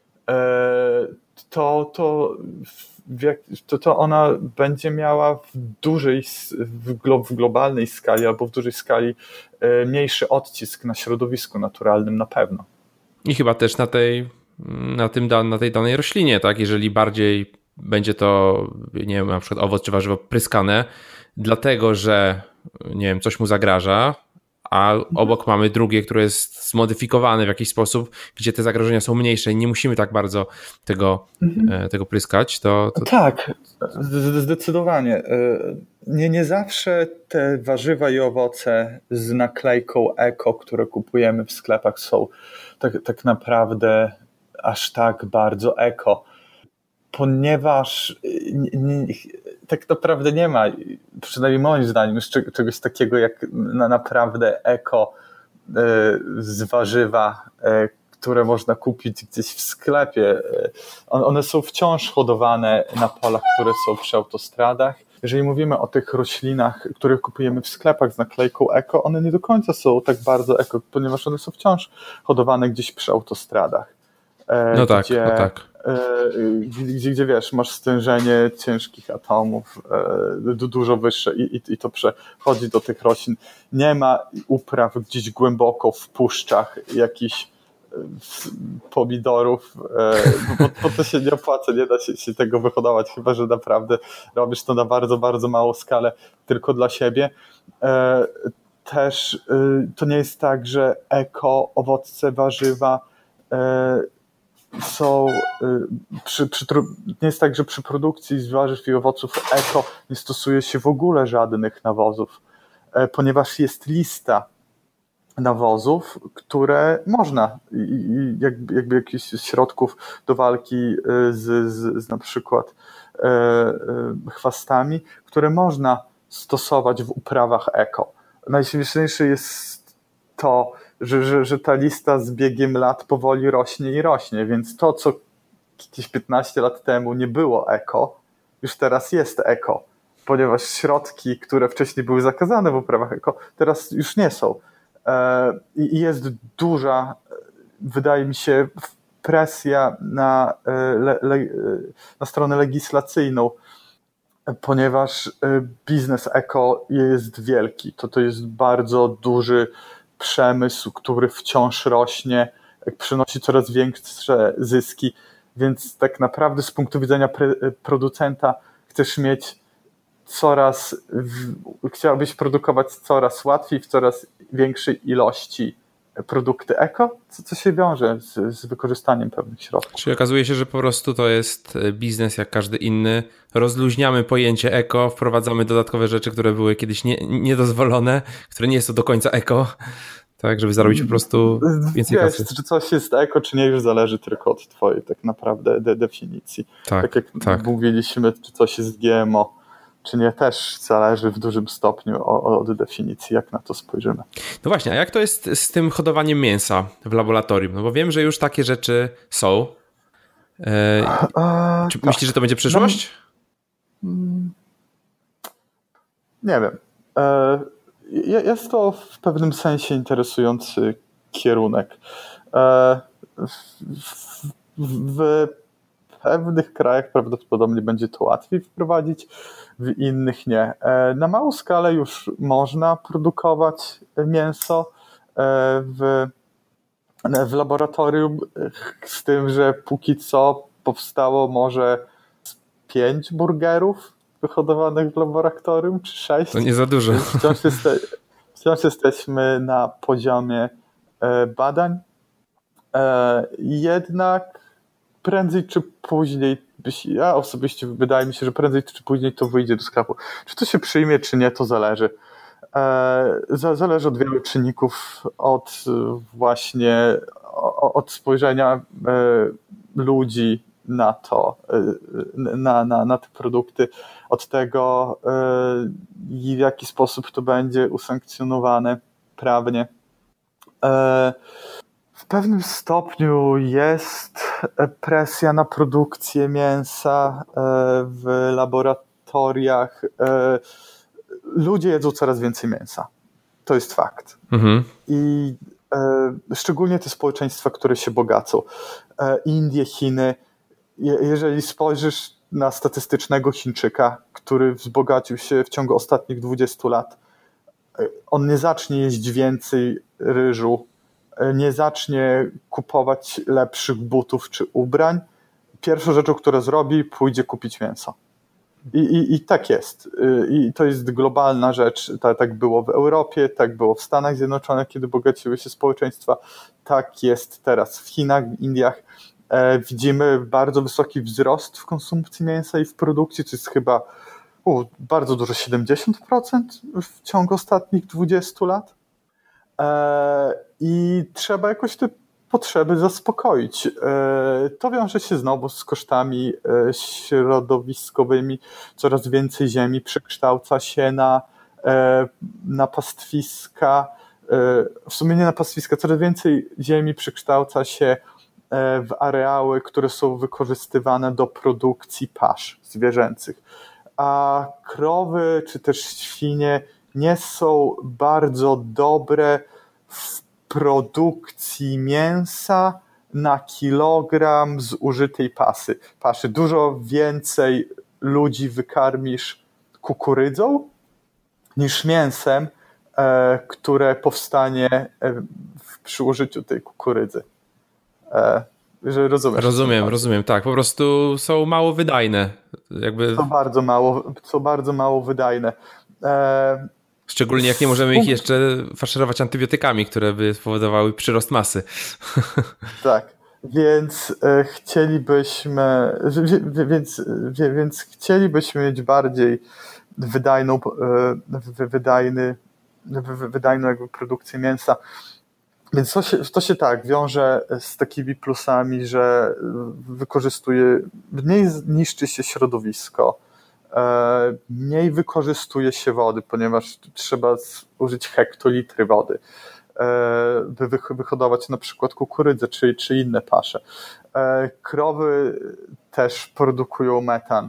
to ona będzie miała w globalnej skali albo w dużej skali mniejszy odcisk na środowisku naturalnym na pewno. I chyba też na tej danej roślinie, tak? Jeżeli bardziej będzie to, nie wiem, na przykład owoc czy warzywo pryskane, dlatego że, nie wiem, coś mu zagraża, a obok mamy drugie, które jest zmodyfikowane w jakiś sposób, gdzie te zagrożenia są mniejsze i nie musimy tak bardzo tego pryskać. Tak, zdecydowanie. Nie zawsze te warzywa i owoce z naklejką eko, które kupujemy w sklepach, są tak naprawdę aż tak bardzo eko, ponieważ tak naprawdę nie ma, przynajmniej moim zdaniem, już czegoś takiego jak naprawdę eko z warzywa, które można kupić gdzieś w sklepie. One są wciąż hodowane na polach, które są przy autostradach. Jeżeli mówimy o tych roślinach, które kupujemy w sklepach z naklejką eko, one nie do końca są tak bardzo eko, ponieważ one są wciąż hodowane gdzieś przy autostradach. No tak, gdzie, no tak. gdzie wiesz, masz stężenie ciężkich atomów dużo wyższe i to przechodzi do tych roślin. Nie ma upraw gdzieś głęboko w puszczach jakichś pomidorów, bo to się nie opłaca, nie da się tego wyhodować, chyba że naprawdę robisz to na bardzo, bardzo małą skalę tylko dla siebie. Też to nie jest tak, że eko, owoce, warzywa są nie jest tak, że przy produkcji z warzyw i owoców eko nie stosuje się w ogóle żadnych nawozów, ponieważ jest lista nawozów, które można jakby jakichś środków do walki z na przykład chwastami, które można stosować w uprawach eko. Najśmieszniejsze jest to, że ta lista z biegiem lat powoli rośnie i rośnie, więc to, co jakieś 15 lat temu nie było eko, już teraz jest eko, ponieważ środki, które wcześniej były zakazane w uprawach eko, teraz już nie są. I jest duża, wydaje mi się, presja na stronę legislacyjną, ponieważ biznes eko jest wielki. To jest bardzo duży przemysł, który wciąż rośnie, przynosi coraz większe zyski, więc tak naprawdę z punktu widzenia producenta chcesz mieć chciałbyś produkować coraz łatwiej, w coraz większej ilości produkty eko, co się wiąże z wykorzystaniem pewnych środków. Czyli okazuje się, że po prostu to jest biznes jak każdy inny. Rozluźniamy pojęcie eko, wprowadzamy dodatkowe rzeczy, które były kiedyś niedozwolone, które nie jest to do końca eko, tak, żeby zarobić po prostu więcej kasy. Czy coś jest eko, czy nie, już zależy tylko od twojej tak naprawdę definicji. Tak jak mówiliśmy, czy coś jest GMO, czy nie, też zależy w dużym stopniu od definicji, jak na to spojrzymy. No właśnie, a jak to jest z tym hodowaniem mięsa w laboratorium? No bo wiem, że już takie rzeczy są. Czy myślisz, że to będzie przyszłość? Nie wiem. Jest to w pewnym sensie interesujący kierunek. W pewnych krajach prawdopodobnie będzie to łatwiej wprowadzić, w innych nie. Na małą skalę już można produkować mięso w laboratorium, z tym, że póki co powstało może 5 burgerów wyhodowanych w laboratorium, czy 6. To nie za dużo. Wciąż jesteśmy na poziomie badań. Jednak prędzej czy później, ja osobiście wydaje mi się, że prędzej czy później to wyjdzie do sklepu. Czy to się przyjmie, czy nie, to zależy. Zależy od wielu czynników, od właśnie od spojrzenia ludzi na to, na te produkty, od tego, w jaki sposób to będzie usankcjonowane prawnie. W pewnym stopniu jest presja na produkcję mięsa w laboratoriach. Ludzie jedzą coraz więcej mięsa. To jest fakt. Mhm. I szczególnie te społeczeństwa, które się bogacą. Indie, Chiny. Jeżeli spojrzysz na statystycznego Chińczyka, który wzbogacił się w ciągu ostatnich 20 lat, on nie zacznie jeść więcej ryżu, nie zacznie kupować lepszych butów czy ubrań. Pierwszą rzeczą, którą zrobi, pójdzie kupić mięso. I tak jest. I to jest globalna rzecz. Tak było w Europie, tak było w Stanach Zjednoczonych, kiedy bogaciły się społeczeństwa. Tak jest teraz w Chinach, w Indiach. Widzimy bardzo wysoki wzrost w konsumpcji mięsa i w produkcji, to jest chyba bardzo dużo, 70% w ciągu ostatnich 20 lat. I trzeba jakoś te potrzeby zaspokoić. To wiąże się znowu z kosztami środowiskowymi. Coraz więcej ziemi przekształca się na pastwiska. W sumie nie na pastwiska, coraz więcej ziemi przekształca się w areały, które są wykorzystywane do produkcji pasz zwierzęcych. A krowy czy też świnie nie są bardzo dobre w produkcji mięsa na kilogram zużytej paszy. Dużo więcej ludzi wykarmisz kukurydzą niż mięsem, które powstanie przy użyciu tej kukurydzy. Że rozumiesz? Rozumiem, tak. Po prostu są mało wydajne. Są bardzo mało wydajne. Szczególnie jak nie możemy ich jeszcze faszerować antybiotykami, które by spowodowały przyrost masy. Tak, więc chcielibyśmy mieć bardziej wydajną jakby produkcję mięsa. Więc to się tak wiąże z takimi plusami, że mniej niszczy się środowisko, mniej wykorzystuje się wody, ponieważ trzeba użyć hektolitry wody, by wyhodować na przykład kukurydzę czy inne pasze. Krowy też produkują metan.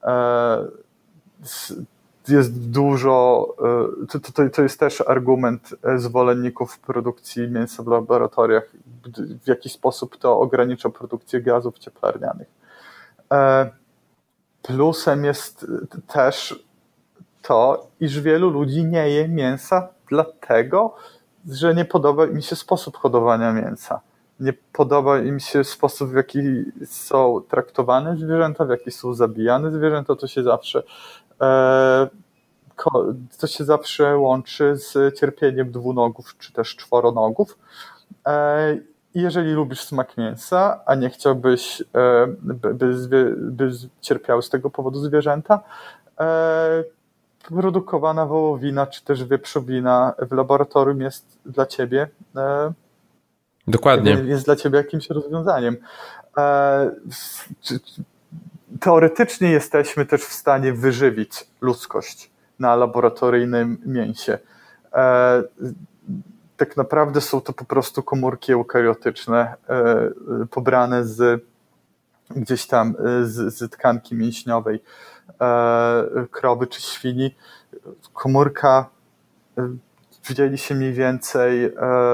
Jest dużo, to jest też argument zwolenników produkcji mięsa w laboratoriach, w jaki sposób to ogranicza produkcję gazów cieplarnianych. Plusem jest też to, iż wielu ludzi nie je mięsa dlatego, że nie podoba im się sposób hodowania mięsa. Nie podoba im się sposób, w jaki są traktowane zwierzęta, w jaki są zabijane zwierzęta. To się zawsze łączy z cierpieniem dwunogów czy też czworonogów. Jeżeli lubisz smak mięsa, a nie chciałbyś, by cierpiały z tego powodu zwierzęta, produkowana wołowina czy też wieprzowina w laboratorium jest dla ciebie Dokładnie. Jest dla ciebie jakimś rozwiązaniem. Teoretycznie jesteśmy też w stanie wyżywić ludzkość na laboratoryjnym mięsie. Tak naprawdę są to po prostu komórki eukariotyczne pobrane gdzieś tam z tkanki mięśniowej krowy czy świni. Komórka dzieli się mniej więcej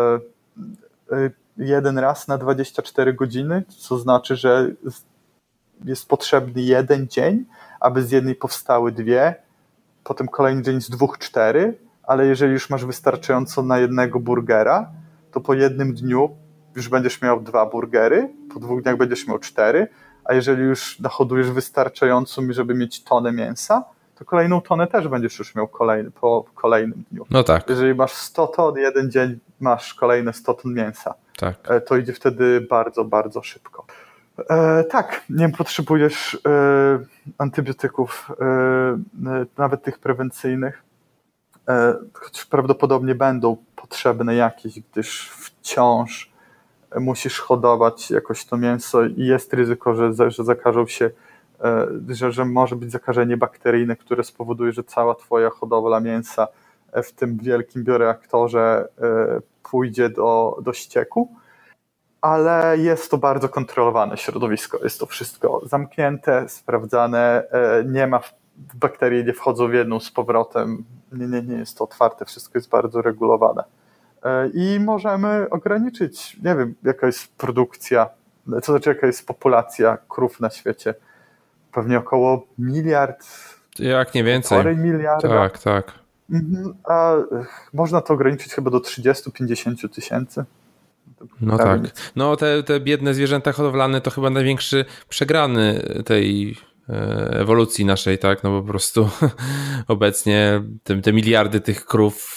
jeden raz na 24 godziny, co znaczy, że jest potrzebny jeden dzień, aby z jednej powstały dwie, potem kolejny dzień z 2 4, ale jeżeli już masz wystarczająco na jednego burgera, to po jednym dniu już będziesz miał 2 burgery, po 2 dniach będziesz miał 4, a jeżeli już nahodujesz wystarczająco, żeby mieć tonę mięsa, to kolejną tonę też będziesz już miał po kolejnym dniu. No tak. Jeżeli masz 100 ton, jeden dzień masz kolejne 100 ton mięsa. Tak. To idzie wtedy bardzo, bardzo szybko. Tak, nie potrzebujesz antybiotyków, nawet tych prewencyjnych, choć prawdopodobnie będą potrzebne jakieś, gdyż wciąż musisz hodować jakoś to mięso i jest ryzyko, że zakażą się, że może być zakażenie bakteryjne, które spowoduje, że cała twoja hodowla mięsa w tym wielkim bioreaktorze pójdzie do ścieku. Ale jest to bardzo kontrolowane środowisko, jest to wszystko zamknięte, sprawdzane, bakterie nie wchodzą w jedną z powrotem, nie jest to otwarte, wszystko jest bardzo regulowane. I możemy ograniczyć, nie wiem, jaka jest produkcja, to znaczy jaka jest populacja krów na świecie, pewnie około 1 miliard. Jak nie więcej. 1,5 miliarda. Tak. A można to ograniczyć chyba do 30-50 tysięcy. No tak. No te biedne zwierzęta hodowlane to chyba największy przegrany tej ewolucji naszej, tak? No po prostu obecnie te miliardy tych krów,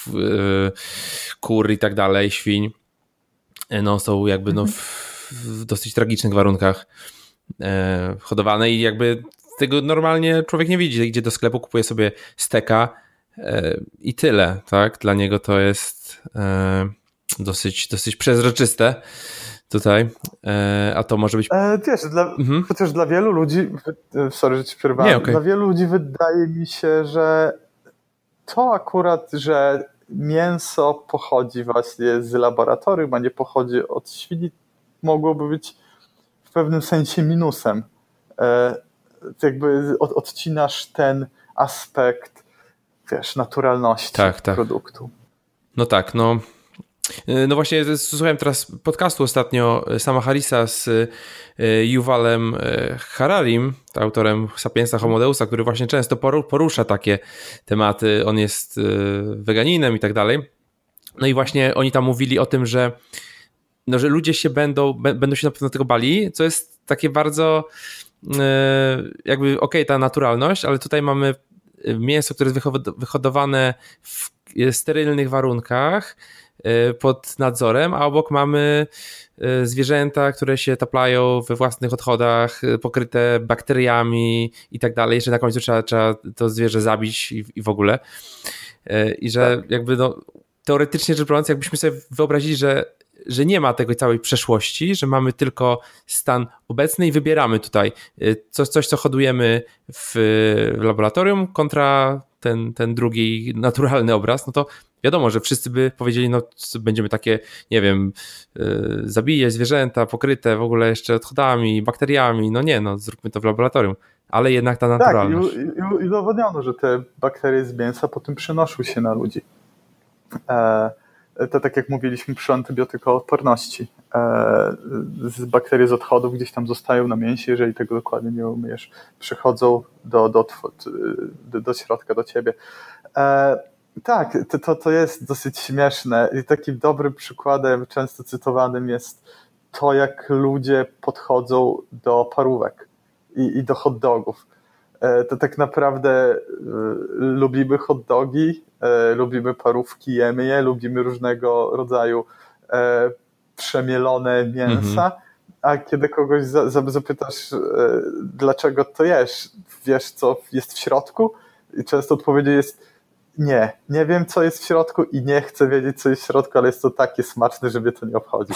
kur i tak dalej, świń, no są jakby w dosyć tragicznych warunkach hodowane i jakby tego normalnie człowiek nie widzi. Idzie do sklepu, kupuje sobie steka i tyle, tak? Dla niego to jest dosyć przezroczyste tutaj, a to może być... Wiesz, chociaż dla wielu ludzi, sorry, że ci przerwałem, Nie, okay. Dla wielu ludzi wydaje mi się, że to akurat, że mięso pochodzi właśnie z laboratorium, a nie pochodzi od świni, mogłoby być w pewnym sensie minusem. Jakby odcinasz ten aspekt, wiesz, naturalności produktu. No tak, no No właśnie, słuchałem teraz podcastu ostatnio Sama Harrisa z Yuvalem Hararim, autorem Sapiensa Homo Deusa, który właśnie często porusza takie tematy. On jest weganinem i tak dalej. No i właśnie oni tam mówili o tym, że że ludzie się będą się na pewno tego bali, co jest takie bardzo jakby ta naturalność, ale tutaj mamy mięso, które jest wyhodowane w sterylnych warunkach, pod nadzorem, a obok mamy zwierzęta, które się taplają we własnych odchodach, pokryte bakteriami i tak dalej, że na końcu trzeba to zwierzę zabić i w ogóle. I że jakby teoretycznie rzecz biorąc, jakbyśmy sobie wyobrazili, że nie ma tego całej przeszłości, że mamy tylko stan obecny i wybieramy tutaj coś co hodujemy w laboratorium kontra ten drugi naturalny obraz, no to wiadomo, że wszyscy by powiedzieli, no będziemy takie, nie wiem, zabijać zwierzęta pokryte w ogóle jeszcze odchodami, bakteriami, zróbmy to w laboratorium, ale jednak ta naturalność. Tak, i udowodniono, że te bakterie z mięsa potem przenoszą się na ludzi. To tak jak mówiliśmy przy antybiotykoodporności. Bakterie z odchodów gdzieś tam zostają na mięsie, jeżeli tego dokładnie nie umyjesz, przychodzą do środka, do ciebie. Tak, to jest dosyć śmieszne i takim dobrym przykładem, często cytowanym jest to, jak ludzie podchodzą do parówek i do hot dogów. To tak naprawdę lubimy hot dogi, lubimy parówki, jemy je, lubimy różnego rodzaju przemielone mięsa, a kiedy kogoś zapytasz, dlaczego to jesz, wiesz co jest w środku? I często odpowiedź jest nie wiem co jest w środku i nie chcę wiedzieć co jest w środku, ale jest to takie smaczne, że mnie to nie obchodzi.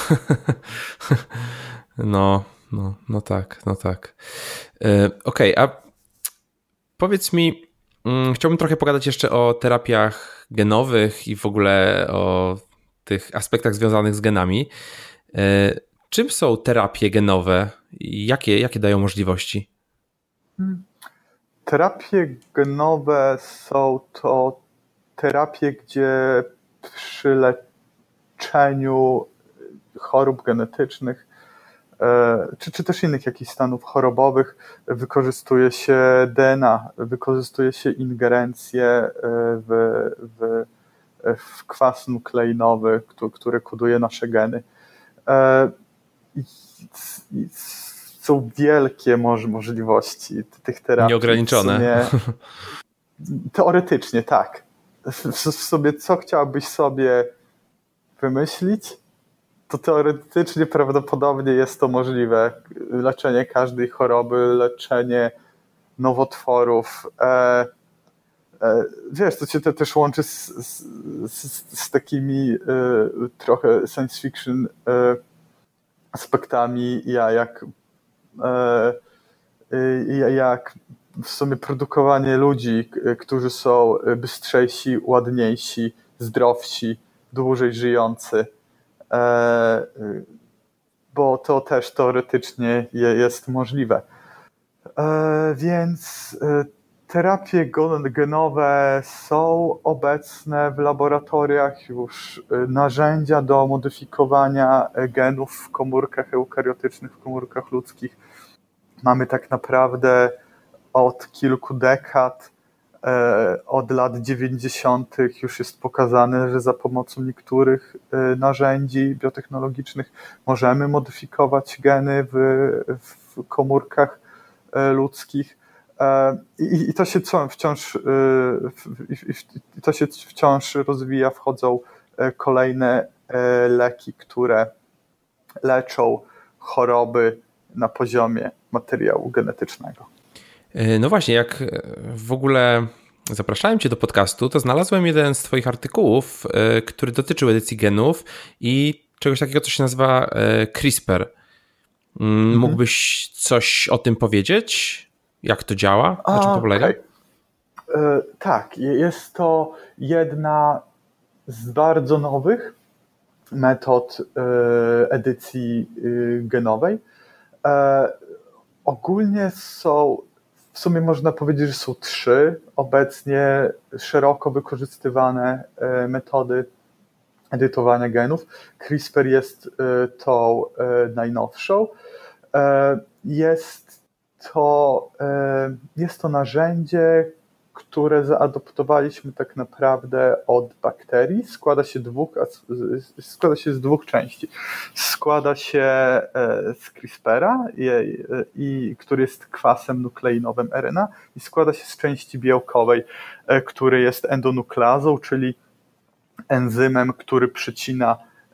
No tak. Okej, a powiedz mi, chciałbym trochę pogadać jeszcze o terapiach genowych i w ogóle o tych aspektach związanych z genami. Czym są terapie genowe i jakie dają możliwości? Terapie genowe są to terapie, gdzie przy leczeniu chorób genetycznych czy też innych jakichś stanów chorobowych wykorzystuje się DNA, wykorzystuje się ingerencję w kwas nukleinowy, który koduje nasze geny. Są wielkie możliwości tych terapii. Nieograniczone. Teoretycznie tak. W sobie co chciałbyś sobie wymyślić, to teoretycznie prawdopodobnie jest to możliwe. Leczenie każdej choroby, leczenie nowotworów. Wiesz, to cię też łączy z takimi trochę science fiction aspektami, jak w sumie produkowanie ludzi, którzy są bystrzejsi, ładniejsi, zdrowsi, dłużej żyjący. Bo to też teoretycznie jest możliwe. Więc terapie genowe są obecne w laboratoriach już, narzędzia do modyfikowania genów w komórkach eukariotycznych, w komórkach ludzkich. Mamy tak naprawdę od kilku dekad, od lat 90. już jest pokazane, że za pomocą niektórych narzędzi biotechnologicznych możemy modyfikować geny w komórkach ludzkich. I to się wciąż rozwija, wchodzą kolejne leki, które leczą choroby na poziomie materiału genetycznego. No właśnie, jak w ogóle zapraszałem cię do podcastu, to znalazłem jeden z twoich artykułów, który dotyczył edycji genów i czegoś takiego, co się nazywa CRISPR. Mógłbyś coś o tym powiedzieć? Jak to działa? Na czym to polega? Okay. Tak, jest to jedna z bardzo nowych metod edycji genowej. Ogólnie w sumie można powiedzieć, że są 3 obecnie szeroko wykorzystywane metody edytowania genów. CRISPR jest tą najnowszą. Jest to narzędzie, które zaadoptowaliśmy tak naprawdę od bakterii. Składa się z dwóch części. Składa się z CRISPR-a, który jest kwasem nukleinowym RNA, i składa się z części białkowej, który jest endonukleazą, czyli enzymem, który przycina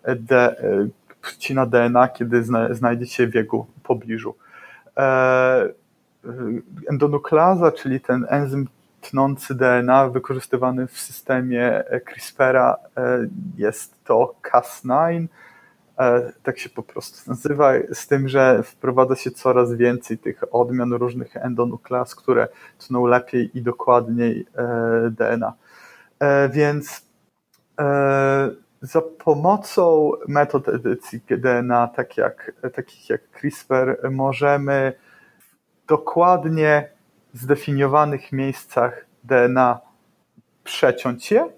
DNA, kiedy znajdzie się w jego pobliżu. Endonukleaza, czyli ten enzym tnący DNA wykorzystywany w systemie CRISPR-a, jest to Cas9, tak się po prostu nazywa, z tym, że wprowadza się coraz więcej tych odmian różnych endonukleaz, które tną lepiej i dokładniej DNA. Więc za pomocą metod edycji DNA, takich jak CRISPR, możemy w dokładnie zdefiniowanych miejscach DNA przeciąć je,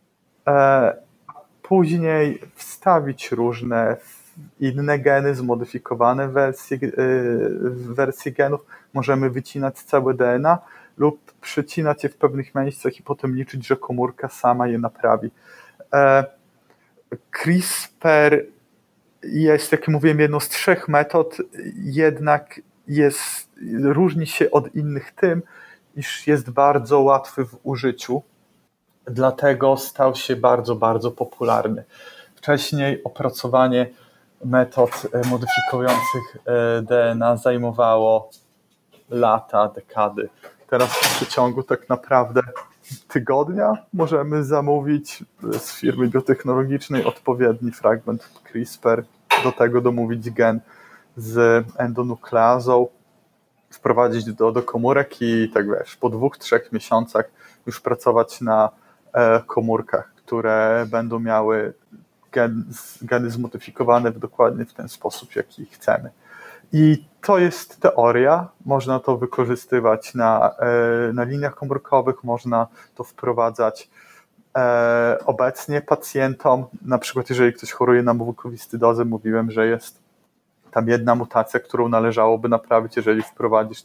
później wstawić różne inne geny, zmodyfikowane wersje genów. Możemy wycinać całe DNA lub przycinać je w pewnych miejscach i potem liczyć, że komórka sama je naprawi. CRISPR jest, jak mówiłem, jedną z 3 metod, jednak różni się od innych tym, iż jest bardzo łatwy w użyciu, dlatego stał się bardzo, bardzo popularny. Wcześniej opracowanie metod modyfikujących DNA zajmowało lata, dekady. Teraz w przeciągu tak naprawdę tygodnia możemy zamówić z firmy biotechnologicznej odpowiedni fragment CRISPR, do tego domówić gen z endonukleazą, wprowadzić do komórek i tak wiesz, po 2-3 miesiącach już pracować na komórkach, które będą miały geny zmodyfikowane dokładnie w ten sposób, jaki chcemy. I to jest teoria, można to wykorzystywać na liniach komórkowych, można to wprowadzać obecnie pacjentom, na przykład jeżeli ktoś choruje na mukowiscydozę, mówiłem, że jest tam jedna mutacja, którą należałoby naprawić, jeżeli wprowadzisz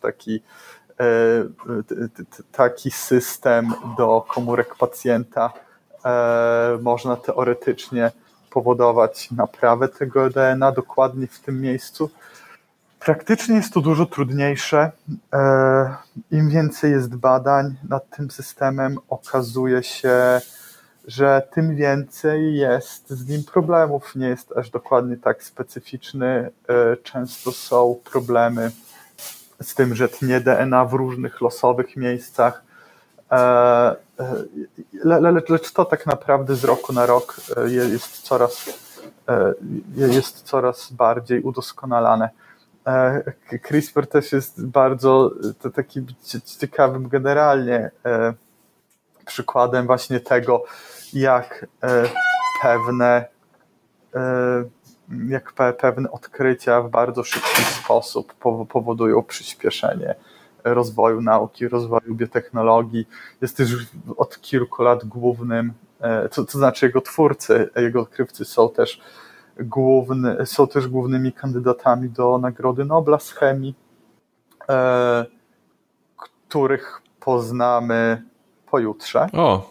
taki system do komórek pacjenta, można teoretycznie powodować naprawę tego DNA dokładnie w tym miejscu. Praktycznie jest to dużo trudniejsze. Im więcej jest badań nad tym systemem, okazuje się, że tym więcej jest z nim problemów. Nie jest aż dokładnie tak specyficzny. Często są problemy z tym, że tnie DNA w różnych losowych miejscach. Lecz to tak naprawdę z roku na rok jest coraz bardziej udoskonalane. CRISPR też jest bardzo takim ciekawym generalnie przykładem właśnie tego, jak pewne odkrycia w bardzo szybki sposób powodują przyspieszenie rozwoju nauki, rozwoju biotechnologii. Jest też od kilku lat głównym, to znaczy jego twórcy, jego odkrywcy są też głównymi kandydatami do Nagrody Nobla z chemii, których poznamy pojutrze.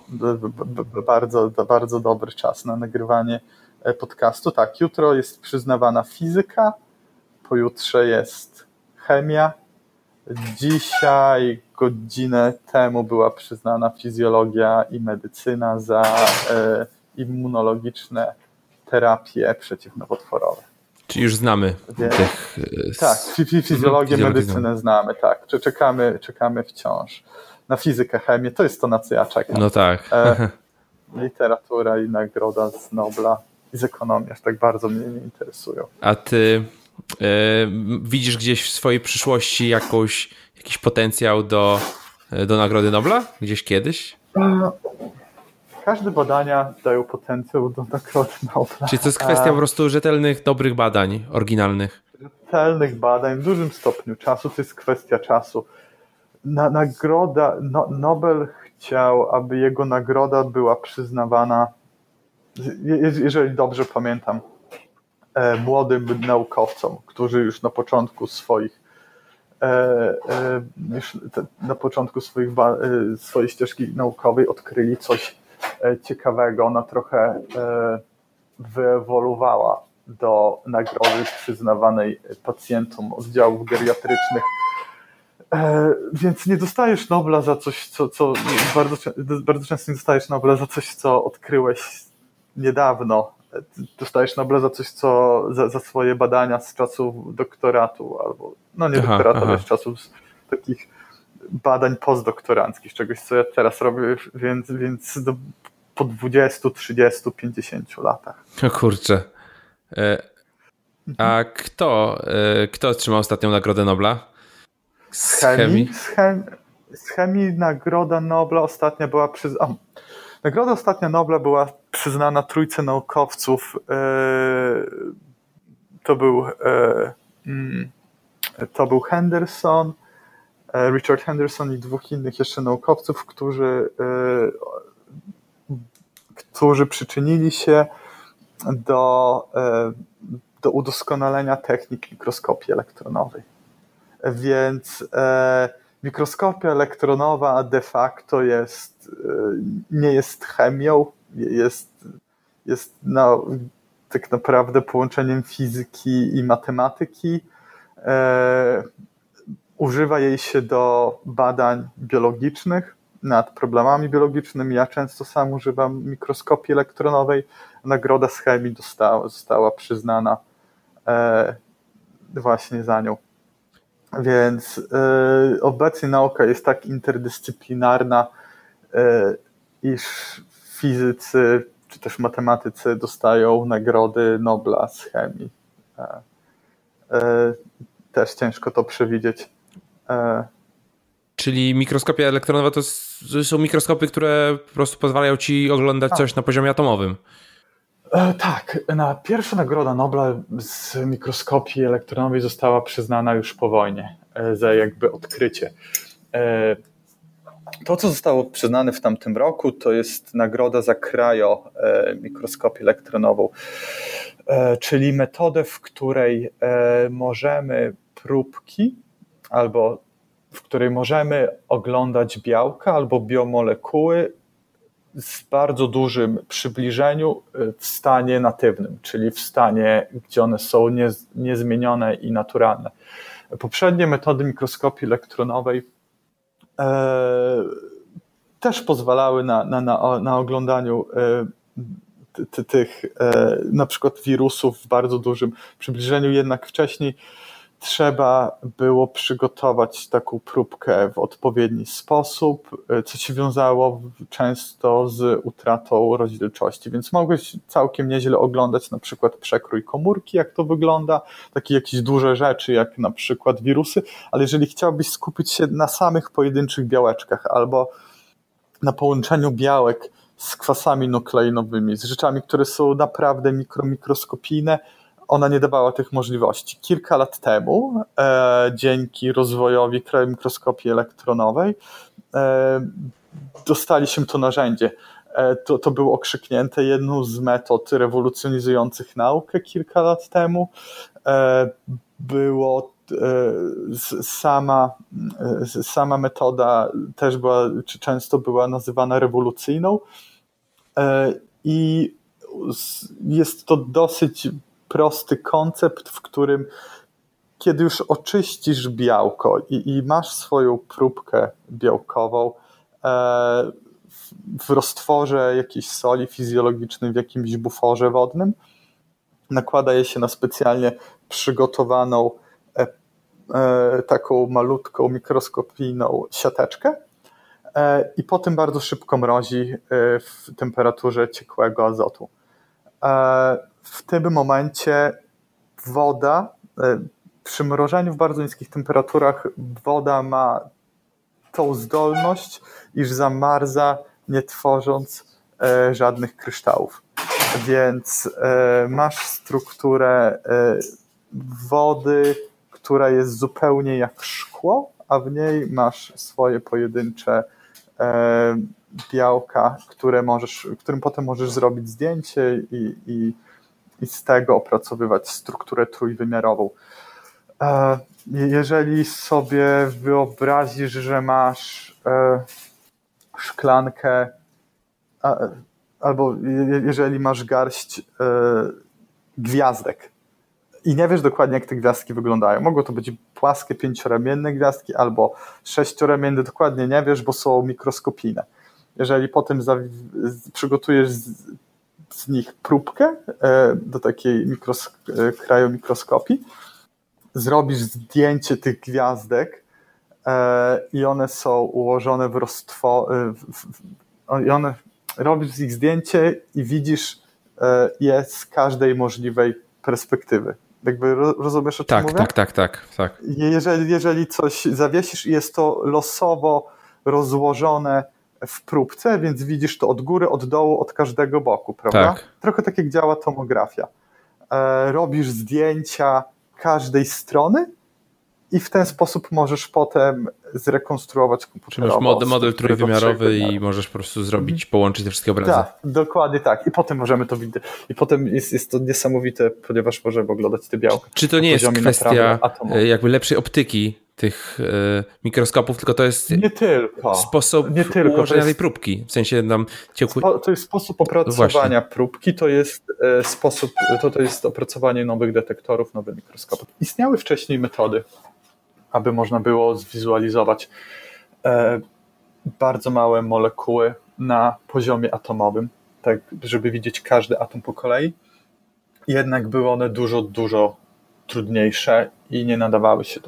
Bardzo dobry czas na nagrywanie podcastu. Tak, jutro jest przyznawana fizyka, pojutrze jest chemia. Dzisiaj, godzinę temu, była przyznana fizjologia i medycyna za immunologiczne terapie przeciwnowotworowe. Czyli już znamy tych... Tak, fizjologię, medycynę znamy, tak. Czekamy wciąż na fizykę, chemię, to jest to, na co ja czekam. No tak. Literatura i nagroda z Nobla i z ekonomii aż tak bardzo mnie nie interesują. A ty widzisz gdzieś w swojej przyszłości jakiś potencjał do Nagrody Nobla? Gdzieś kiedyś? Każde badania dają potencjał do Nagrody Nobla. Czyli to jest kwestia po prostu rzetelnych, dobrych badań, oryginalnych. Rzetelnych badań w dużym stopniu czasu, to jest kwestia czasu. Nobel chciał, aby jego nagroda była przyznawana jeżeli dobrze pamiętam, młodym naukowcom, którzy już na początku swojej ścieżki naukowej odkryli coś ciekawego. Ona trochę wyewoluowała do nagrody przyznawanej pacjentom oddziałów geriatrycznych. Więc nie dostajesz Nobla za coś, co bardzo często nie dostajesz Nobla za coś, co odkryłeś niedawno. Dostajesz Nobla za coś, za swoje badania z czasów doktoratu, albo nie doktoratu, ale z czasów takich badań postdoktoranckich, czegoś, co ja teraz robię, więc po 20, 30, 50 latach. O kurczę. A kto otrzymał ostatnią Nagrodę Nobla? Z chemii? Z chemii Nagroda Nobla ostatnia była Nagroda ostatnia Nobla była przyznana trójce naukowców. To był Henderson, Richard Henderson i dwóch innych jeszcze naukowców, którzy przyczynili się do udoskonalenia technik mikroskopii elektronowej. Więc mikroskopia elektronowa de facto nie jest chemią, jest tak naprawdę połączeniem fizyki i matematyki. Używa jej się do badań biologicznych nad problemami biologicznymi. Ja często sam używam mikroskopii elektronowej. Nagroda z chemii została przyznana właśnie za nią. Więc obecnie nauka jest tak interdyscyplinarna, iż fizycy czy też matematycy dostają nagrody Nobla z chemii. Też ciężko to przewidzieć. Czyli mikroskopia elektronowa to są mikroskopy, które po prostu pozwalają ci oglądać coś na poziomie atomowym. Tak, pierwsza nagroda Nobla z mikroskopii elektronowej została przyznana już po wojnie za jakby odkrycie. To, co zostało przyznane w tamtym roku, to jest nagroda za mikroskopię elektronową, czyli metodę, w której możemy próbki albo w której możemy oglądać białka albo biomolekuły z bardzo dużym przybliżeniu w stanie natywnym, czyli w stanie, gdzie one są niezmienione i naturalne. Poprzednie metody mikroskopii elektronowej też pozwalały na oglądaniu tych na przykład wirusów w bardzo dużym przybliżeniu, jednak wcześniej trzeba było przygotować taką próbkę w odpowiedni sposób, co się wiązało często z utratą rozdzielczości, więc mogłeś całkiem nieźle oglądać na przykład przekrój komórki, jak to wygląda, takie jakieś duże rzeczy, jak na przykład wirusy, ale jeżeli chciałbyś skupić się na samych pojedynczych białeczkach albo na połączeniu białek z kwasami nukleinowymi, z rzeczami, które są naprawdę mikroskopijne, ona nie dawała tych możliwości. Kilka lat temu, dzięki rozwojowi mikroskopii elektronowej, dostaliśmy to narzędzie. To było okrzyknięte jedną z metod rewolucjonizujących naukę kilka lat temu. Sama metoda też była, czy często była nazywana rewolucyjną i jest to dosyć prosty koncept, w którym kiedy już oczyścisz białko i masz swoją próbkę białkową w roztworze jakiejś soli fizjologicznej, w jakimś buforze wodnym, nakłada je się na specjalnie przygotowaną taką malutką mikroskopijną siateczkę i potem bardzo szybko mrozi w temperaturze ciekłego azotu. W tym momencie woda, przy mrożeniu w bardzo niskich temperaturach, woda ma tą zdolność, iż zamarza, nie tworząc żadnych kryształów. Więc masz strukturę wody, która jest zupełnie jak szkło, a w niej masz swoje pojedyncze białka, którym potem możesz zrobić zdjęcie i z tego opracowywać strukturę trójwymiarową. Jeżeli sobie wyobrazisz, że masz szklankę, albo jeżeli masz garść gwiazdek i nie wiesz dokładnie, jak te gwiazdki wyglądają. Mogą to być płaskie, 5-ramienne gwiazdki albo 6-ramienne, dokładnie nie wiesz, bo są mikroskopijne. Jeżeli potem przygotujesz z nich próbkę do takiej krajomikroskopii, zrobisz zdjęcie tych gwiazdek i one są ułożone w robisz z ich zdjęcie i widzisz je z każdej możliwej perspektywy. Jakby rozumiesz, o czym mówię? Tak. Jeżeli coś zawiesisz i jest to losowo rozłożone w próbce, więc widzisz to od góry, od dołu, od każdego boku, prawda? Tak. Trochę tak jak działa tomografia. Robisz zdjęcia każdej strony i w ten sposób możesz potem zrekonstruować komputerowo. Czyli masz model trójwymiarowy i możesz po prostu połączyć te wszystkie obrazy. Tak, dokładnie tak. I potem możemy to widzieć. I potem jest to niesamowite, ponieważ możemy oglądać te białka. Czy to nie jest kwestia jakby lepszej optyki tych mikroskopów, tylko to jest sposób ułożenia tej próbki. W sensie to jest sposób opracowania próbki, to jest opracowanie nowych detektorów, nowych mikroskopów. Istniały wcześniej metody, aby można było zwizualizować bardzo małe molekuły na poziomie atomowym, tak żeby widzieć każdy atom po kolei. Jednak były one dużo trudniejsze i nie nadawały się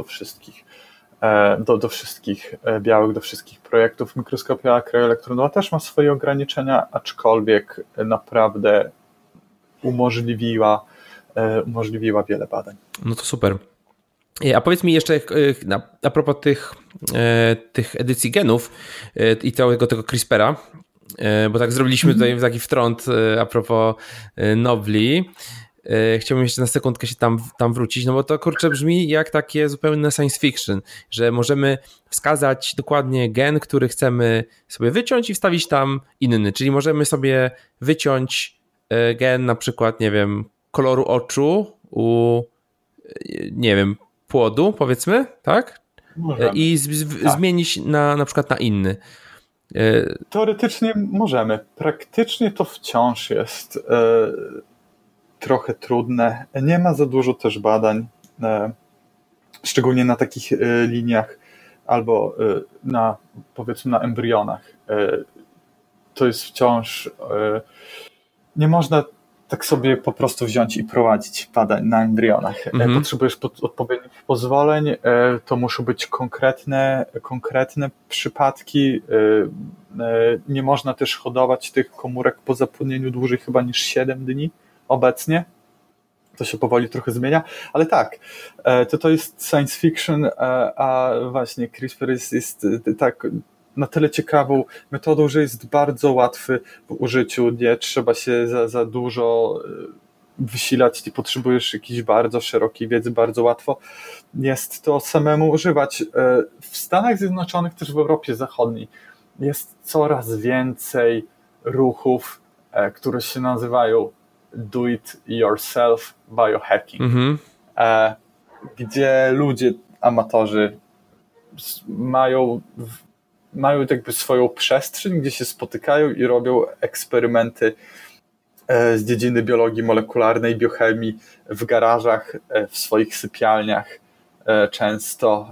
do wszystkich białek, do wszystkich projektów. Mikroskopia krajoelektronowa też ma swoje ograniczenia, aczkolwiek naprawdę umożliwiła wiele badań. No to super. A powiedz mi jeszcze a propos tych edycji genów i całego tego CRISPR-a, bo tak zrobiliśmy tutaj taki wtrąt a propos Nobli. Chciałbym jeszcze na sekundkę się tam wrócić, no bo to kurczę brzmi jak takie zupełne science fiction, że możemy wskazać dokładnie gen, który chcemy sobie wyciąć i wstawić tam inny, czyli możemy sobie wyciąć gen na przykład, nie wiem, koloru oczu u, nie wiem, płodu, powiedzmy, tak? Możemy. I zmienić na przykład na inny. Teoretycznie możemy. Praktycznie to wciąż jest trochę trudne. Nie ma za dużo też badań, szczególnie na takich liniach albo powiedzmy na embrionach. To jest wciąż nie można tak sobie po prostu wziąć i prowadzić badań na embrionach. Potrzebujesz odpowiednich pozwoleń, to muszą być konkretne przypadki. Nie można też hodować tych komórek po zapłodnieniu dłużej chyba niż 7 dni obecnie. To się powoli trochę zmienia, ale tak, to jest science fiction, a właśnie CRISPR jest tak na tyle ciekawą metodą, że jest bardzo łatwy w użyciu, nie trzeba się za dużo wysilać, nie potrzebujesz jakiejś bardzo szerokiej wiedzy, bardzo łatwo jest to samemu używać. W Stanach Zjednoczonych, też w Europie Zachodniej jest coraz więcej ruchów, które się nazywają do it yourself biohacking, gdzie ludzie, amatorzy mają jakby swoją przestrzeń, gdzie się spotykają i robią eksperymenty z dziedziny biologii molekularnej, biochemii w garażach, w swoich sypialniach często.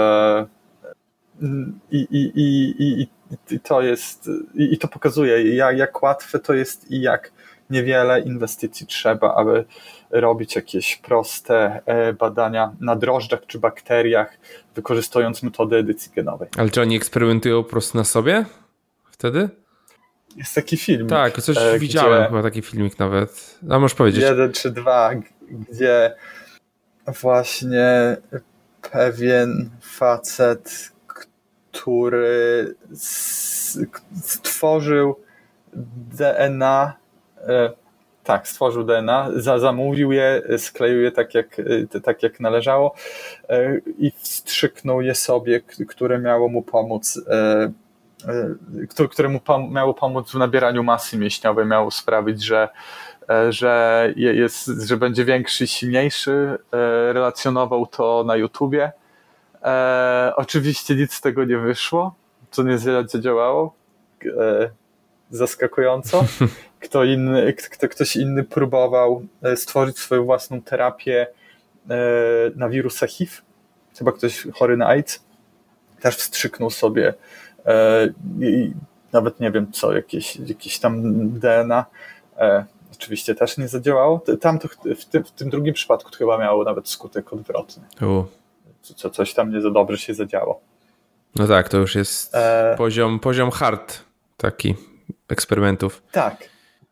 I to jest, i to pokazuje, jak łatwe to jest i jak niewiele inwestycji trzeba, aby robić jakieś proste badania na drożdżach czy bakteriach, wykorzystując metody edycji genowej. Ale czy oni eksperymentują po prostu na sobie wtedy? Jest taki filmik. Tak, coś widziałem chyba taki filmik nawet. A możesz powiedzieć? 1 czy 2, gdzie właśnie pewien facet, który stworzył DNA, stworzył DNA, zamówił je, skleił je tak jak należało i wstrzyknął je sobie, które miało mu pomóc któremu miało pomóc w nabieraniu masy mięśniowej, miało sprawić, że będzie większy i silniejszy. Relacjonował to na YouTubie. Oczywiście nic z tego nie wyszło, co nie zadziałało. Zaskakująco. Ktoś inny próbował stworzyć swoją własną terapię na wirusa HIV. Chyba ktoś chory na AIDS. Też wstrzyknął sobie nawet nie wiem co, jakieś tam DNA. Oczywiście też nie zadziałało. W tym drugim przypadku to chyba miało nawet skutek odwrotny. Coś tam nie za dobrze się zadziało. No tak, to już jest poziom hard taki eksperymentów. Tak.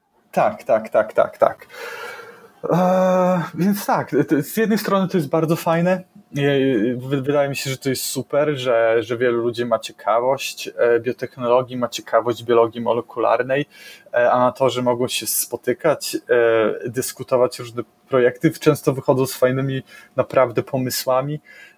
Więc tak, z jednej strony to jest bardzo fajne. Wydaje mi się, że to jest super, że wielu ludzi ma ciekawość biotechnologii, ma ciekawość biologii molekularnej, amatorzy mogą się spotykać, dyskutować różne projekty, często wychodzą z fajnymi naprawdę pomysłami.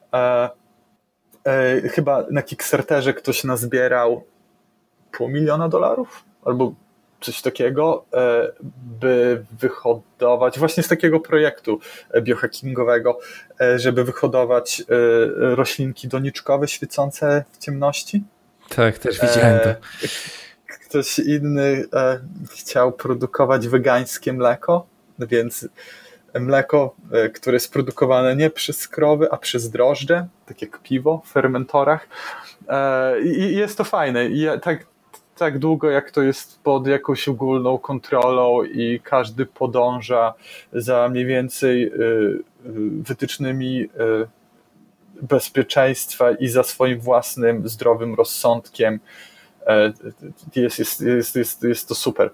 Chyba na Kickstarterze ktoś nazbierał $500,000 albo coś takiego, by wyhodować, właśnie z takiego projektu biohackingowego, żeby wyhodować roślinki doniczkowe świecące w ciemności. Tak, też widziałem to. Ktoś inny chciał produkować wegańskie mleko, więc mleko, które jest produkowane nie przez krowy, a przez drożdże, tak jak piwo w fermentorach. I jest to fajne. I tak długo, jak to jest pod jakąś ogólną kontrolą i każdy podąża za mniej więcej wytycznymi bezpieczeństwa i za swoim własnym zdrowym rozsądkiem, jest to super.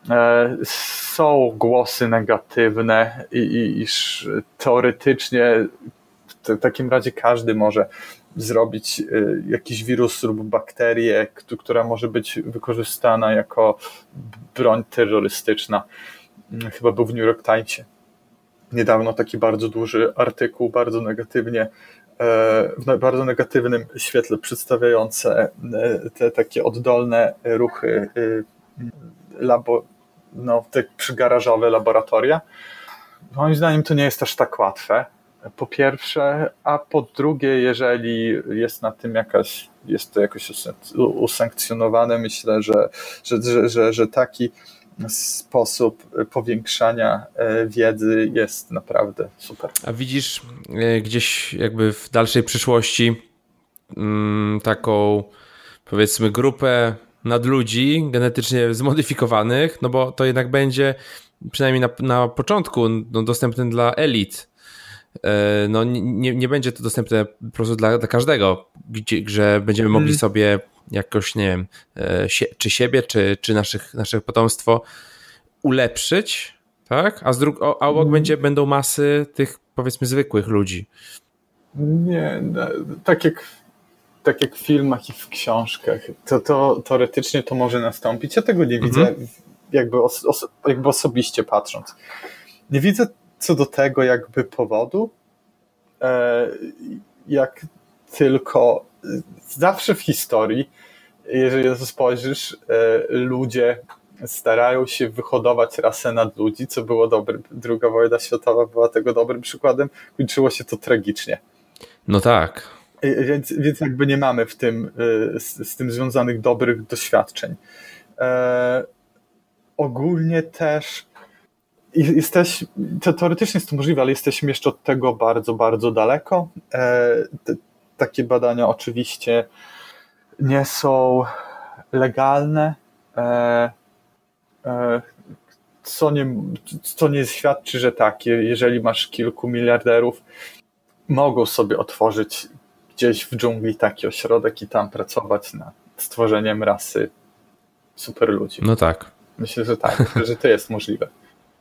Są głosy negatywne iż teoretycznie w takim razie każdy może zrobić jakiś wirus lub bakterię, która może być wykorzystana jako broń terrorystyczna. Chyba był w New York Timesie niedawno taki bardzo duży artykuł, w bardzo negatywnym świetle przedstawiające te takie oddolne ruchy te przygarażowe laboratoria. Moim zdaniem to nie jest aż tak łatwe, po pierwsze, a po drugie, jeżeli jest na tym jest to jakoś usankcjonowane, myślę, że taki sposób powiększania wiedzy jest naprawdę super. A widzisz gdzieś jakby w dalszej przyszłości taką, powiedzmy, grupę nadludzi genetycznie zmodyfikowanych, no bo to jednak będzie przynajmniej na początku dostępne dla elit. No nie będzie to dostępne po prostu dla każdego, że będziemy mogli sobie jakoś, nie wiem, czy siebie, czy nasze potomstwo ulepszyć, tak? A obok będą masy tych, powiedzmy, zwykłych ludzi. Nie, tak jak w filmach i w książkach, to teoretycznie to może nastąpić. Ja tego nie widzę, jakby osobiście patrząc. Nie widzę co do tego jakby powodu, jak tylko zawsze w historii, jeżeli na to spojrzysz, ludzie starają się wyhodować rasę nadludzi, co było dobre. II wojna światowa była tego dobrym przykładem. Kończyło się to tragicznie. No tak. Więc jakby nie mamy z tym związanych dobrych doświadczeń. Ogólnie też teoretycznie jest to możliwe, ale jesteśmy jeszcze od tego bardzo, bardzo daleko. Takie badania oczywiście nie są legalne, co nie świadczy, że tak, jeżeli masz kilku miliarderów, mogą sobie otworzyć gdzieś w dżungli taki ośrodek i tam pracować nad stworzeniem rasy superludzi. No tak. Myślę, że tak, że to jest możliwe.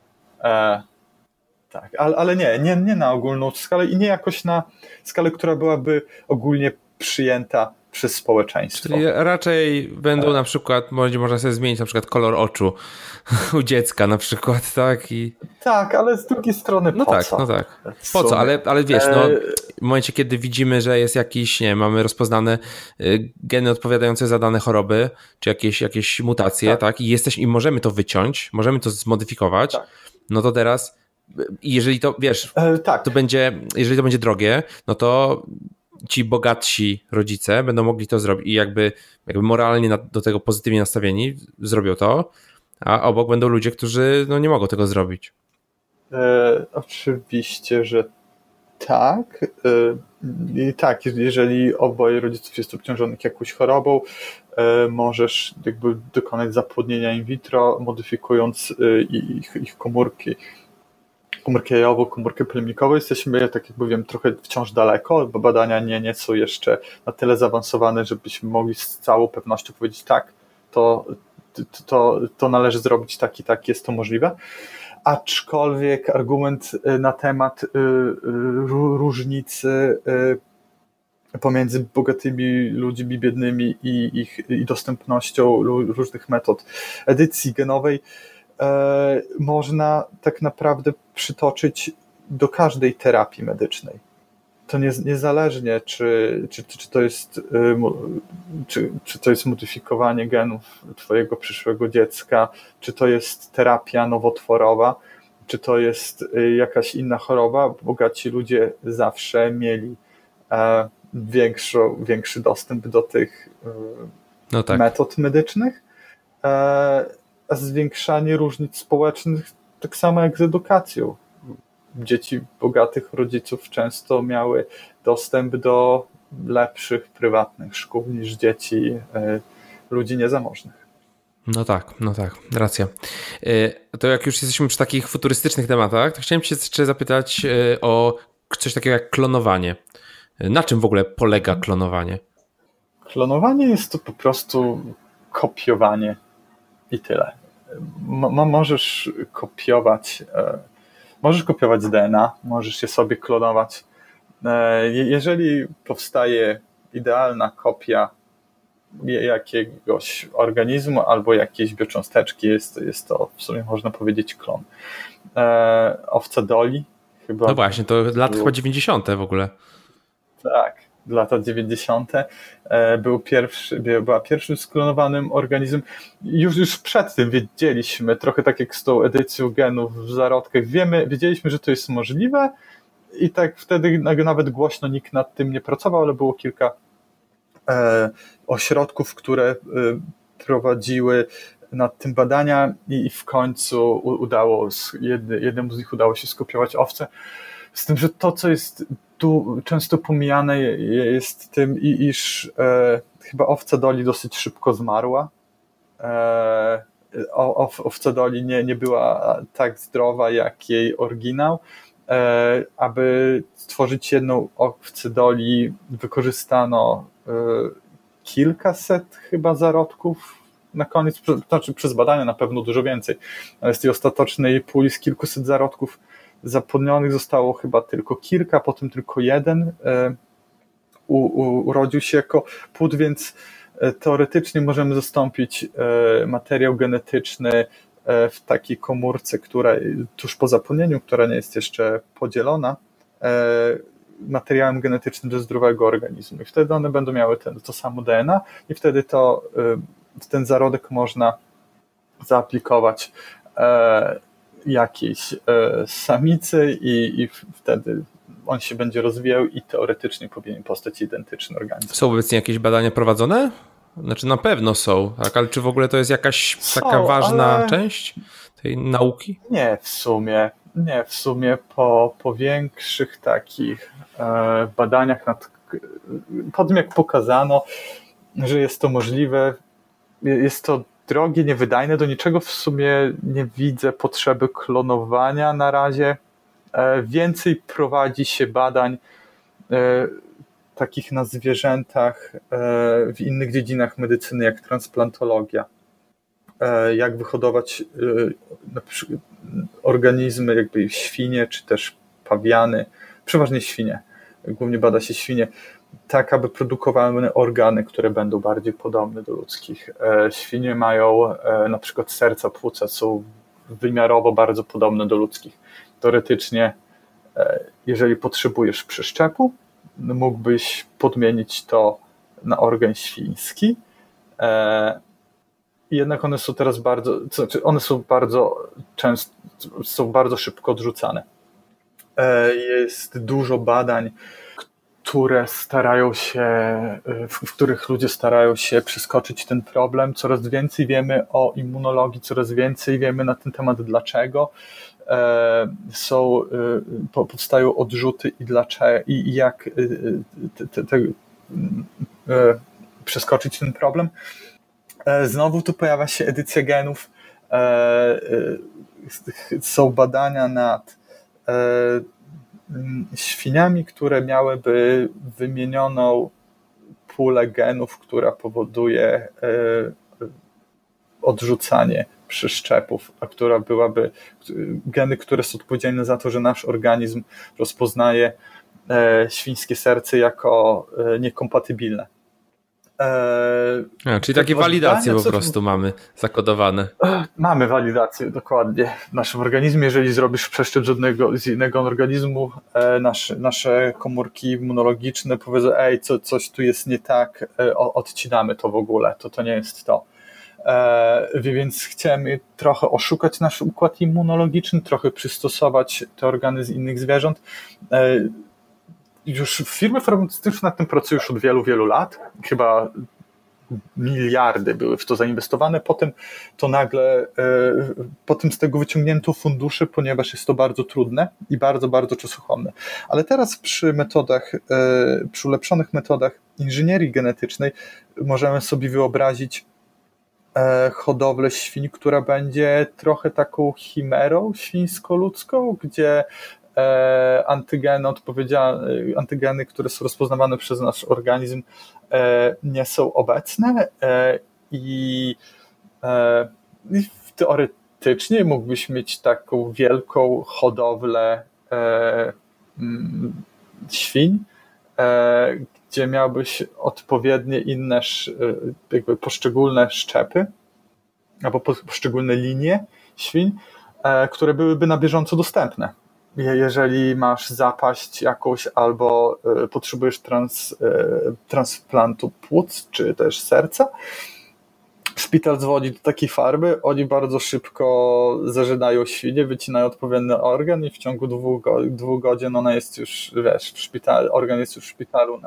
Tak, ale nie na ogólną skalę i nie jakoś na skalę, która byłaby ogólnie przyjęta przez społeczeństwo. Czyli raczej będą na przykład, będzie można sobie zmienić na przykład kolor oczu u dziecka na przykład, tak? Tak, ale z drugiej strony po co? No tak. Po co? Ale wiesz, no, w momencie, kiedy widzimy, że jest jakiś, nie wiem, mamy rozpoznane geny odpowiadające za dane choroby, czy jakieś mutacje, tak? I możemy to wyciąć, możemy to zmodyfikować, no to teraz, jeżeli to, wiesz, jeżeli to będzie drogie, no to ci bogatsi rodzice będą mogli to zrobić i jakby moralnie do tego pozytywnie nastawieni zrobią to, a obok będą ludzie, którzy no, nie mogą tego zrobić. Oczywiście, że tak. I tak, jeżeli oboje rodziców jest obciążonych jakąś chorobą, możesz jakby dokonać zapłodnienia in vitro, modyfikując ich komórki jajową, komórkę plemnikową. Jesteśmy, tak jak mówiłem, trochę wciąż daleko, bo badania nie są jeszcze na tyle zaawansowane, żebyśmy mogli z całą pewnością powiedzieć tak, to należy zrobić tak i tak, jest to możliwe. Aczkolwiek argument na temat różnicy pomiędzy bogatymi ludźmi, biednymi i dostępnością różnych metod edycji genowej można tak naprawdę przytoczyć do każdej terapii medycznej. To niezależnie, czy to jest modyfikowanie genów twojego przyszłego dziecka, czy to jest terapia nowotworowa, czy to jest jakaś inna choroba, bogaci ludzie zawsze mieli większy dostęp do tych metod medycznych. A zwiększanie różnic społecznych tak samo jak z edukacją. Dzieci bogatych rodziców często miały dostęp do lepszych, prywatnych szkół niż dzieci ludzi niezamożnych. No tak, racja. To jak już jesteśmy przy takich futurystycznych tematach, to chciałem cię jeszcze zapytać o coś takiego jak klonowanie. Na czym w ogóle polega klonowanie? Klonowanie jest to po prostu kopiowanie i tyle. Możesz kopiować DNA, możesz je sobie klonować. Jeżeli powstaje idealna kopia jakiegoś organizmu albo jakiejś biocząsteczki, jest to w sumie można powiedzieć klon. Owca Dolly chyba... No właśnie, to chyba 90. w ogóle. Tak, lata 90. Była pierwszym sklonowanym organizmem. Już przed tym wiedzieliśmy, trochę tak jak z tą edycją genów w zarodkach, wiedzieliśmy, że to jest możliwe i tak wtedy nawet głośno nikt nad tym nie pracował, ale było kilka ośrodków, które prowadziły nad tym badania i w końcu jednemu z nich udało się skopiować owce. Z tym, że to, co jest tu często pomijane, jest tym, iż chyba owca Dolly dosyć szybko zmarła. Owca Dolly nie była tak zdrowa jak jej oryginał. Aby stworzyć jedną owcę Dolly, wykorzystano kilkaset chyba zarodków na koniec, znaczy przez badania na pewno dużo więcej, ale z tej ostatecznej puli z kilkuset zarodków zapłodnionych zostało chyba tylko kilka, potem tylko jeden urodził się jako płód, więc teoretycznie możemy zastąpić materiał genetyczny w takiej komórce, która tuż po zapłodnieniu, która nie jest jeszcze podzielona, materiałem genetycznym do zdrowego organizmu. I wtedy one będą miały to samo DNA i wtedy ten zarodek można zaaplikować jakiejś samicy i wtedy on się będzie rozwijał i teoretycznie powinien powstać identyczny organizm. Są obecnie jakieś badania prowadzone? Znaczy na pewno są, tak? Ale czy w ogóle to jest jakaś taka ważna część tej nauki? Nie, w sumie po większych takich badaniach po tym jak pokazano, że jest to możliwe, jest to drogie, niewydajne, do niczego w sumie nie widzę potrzeby klonowania na razie. Więcej prowadzi się badań takich na zwierzętach w innych dziedzinach medycyny, jak transplantologia. Jak wyhodować na przykład organizmy, jakby świnie, czy też pawiany, przeważnie świnie, głównie bada się świnie, tak aby produkowały organy, które będą bardziej podobne do ludzkich. Świnie mają na przykład serca, płuca, są wymiarowo bardzo podobne do ludzkich. Teoretycznie, jeżeli potrzebujesz przeszczepu, mógłbyś podmienić to na organ świński. Jednak one są teraz są bardzo szybko odrzucane. Jest dużo badań, w których ludzie starają się przeskoczyć ten problem. Coraz więcej wiemy o immunologii, coraz więcej wiemy na ten temat dlaczego. Powstają odrzuty i jak przeskoczyć ten problem. Znowu tu pojawia się edycja genów. Są badania nad świniami, które miałyby wymienioną pulę genów, która powoduje odrzucanie przeszczepów, a która byłaby geny, które są odpowiedzialne za to, że nasz organizm rozpoznaje świńskie serce jako niekompatybilne. Czyli takie walidacje po prostu mamy zakodowane. Mamy walidację, dokładnie. W naszym organizmie, jeżeli zrobisz przeszczep z innego organizmu, nasze komórki immunologiczne powiedzą, coś tu jest nie tak, odcinamy to w ogóle, to nie jest to. Więc chcemy trochę oszukać nasz układ immunologiczny, trochę przystosować te organy z innych zwierząt. Już firmy farmaceutyczne nad tym pracują już od wielu, wielu lat. Chyba miliardy były w to zainwestowane. Potem z tego wyciągnięto fundusze, ponieważ jest to bardzo trudne i bardzo, bardzo czasochłonne. Ale teraz przy ulepszonych metodach inżynierii genetycznej możemy sobie wyobrazić hodowlę świń, która będzie trochę taką chimerą świńsko-ludzką, gdzie antygeny, które są rozpoznawane przez nasz organizm, nie są obecne i teoretycznie mógłbyś mieć taką wielką hodowlę świń, gdzie miałbyś odpowiednie inne jakby poszczególne szczepy albo poszczególne linie świń, które byłyby na bieżąco dostępne. Jeżeli masz zapaść jakąś albo potrzebujesz transplantu płuc czy też serca, szpital dzwoni do takiej farmy, oni bardzo szybko zażynają świnie, wycinają odpowiedni organ i w ciągu 2 godzin ona jest już, organ jest już w szpitalu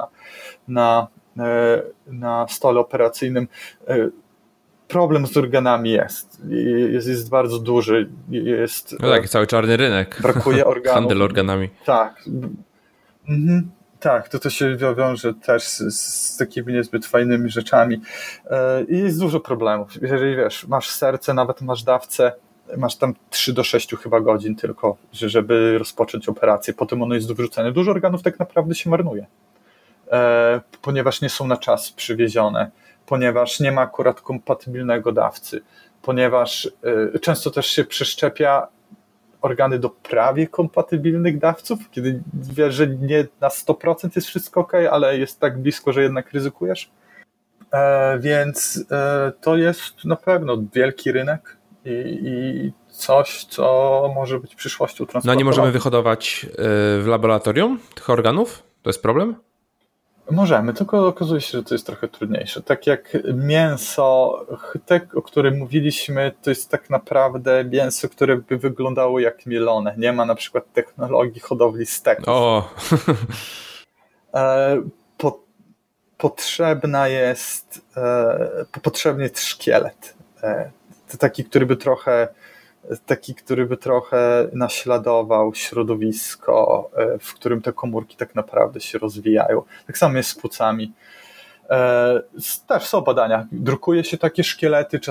na stole operacyjnym. Problem z organami jest bardzo duży. Cały czarny rynek. Brakuje organów. Handel organami. Tak. Tak, to się wiąże też z takimi niezbyt fajnymi rzeczami. I jest dużo problemów. Jeżeli masz serce, nawet masz dawcę, masz tam 3 do 6 chyba godzin tylko, żeby rozpocząć operację. Potem ono jest do wyrzucenia. Dużo organów tak naprawdę się marnuje, ponieważ nie są na czas przywiezione, ponieważ nie ma akurat kompatybilnego dawcy, ponieważ często też się przeszczepia organy do prawie kompatybilnych dawców, kiedy wiesz, że nie na 100% jest wszystko ok, ale jest tak blisko, że jednak ryzykujesz. Więc to jest na pewno wielki rynek i coś, co może być przyszłością transportową. No nie możemy wyhodować w laboratorium tych organów? To jest problem? Możemy, tylko okazuje się, że to jest trochę trudniejsze. Tak jak mięso, o którym mówiliśmy, to jest tak naprawdę mięso, które by wyglądało jak mielone. Nie ma na przykład technologii hodowli steków. Potrzebny jest szkielet. To taki, który by trochę naśladował środowisko, w którym te komórki tak naprawdę się rozwijają. Tak samo jest z płucami. Też są badania. Drukuje się takie szkielety,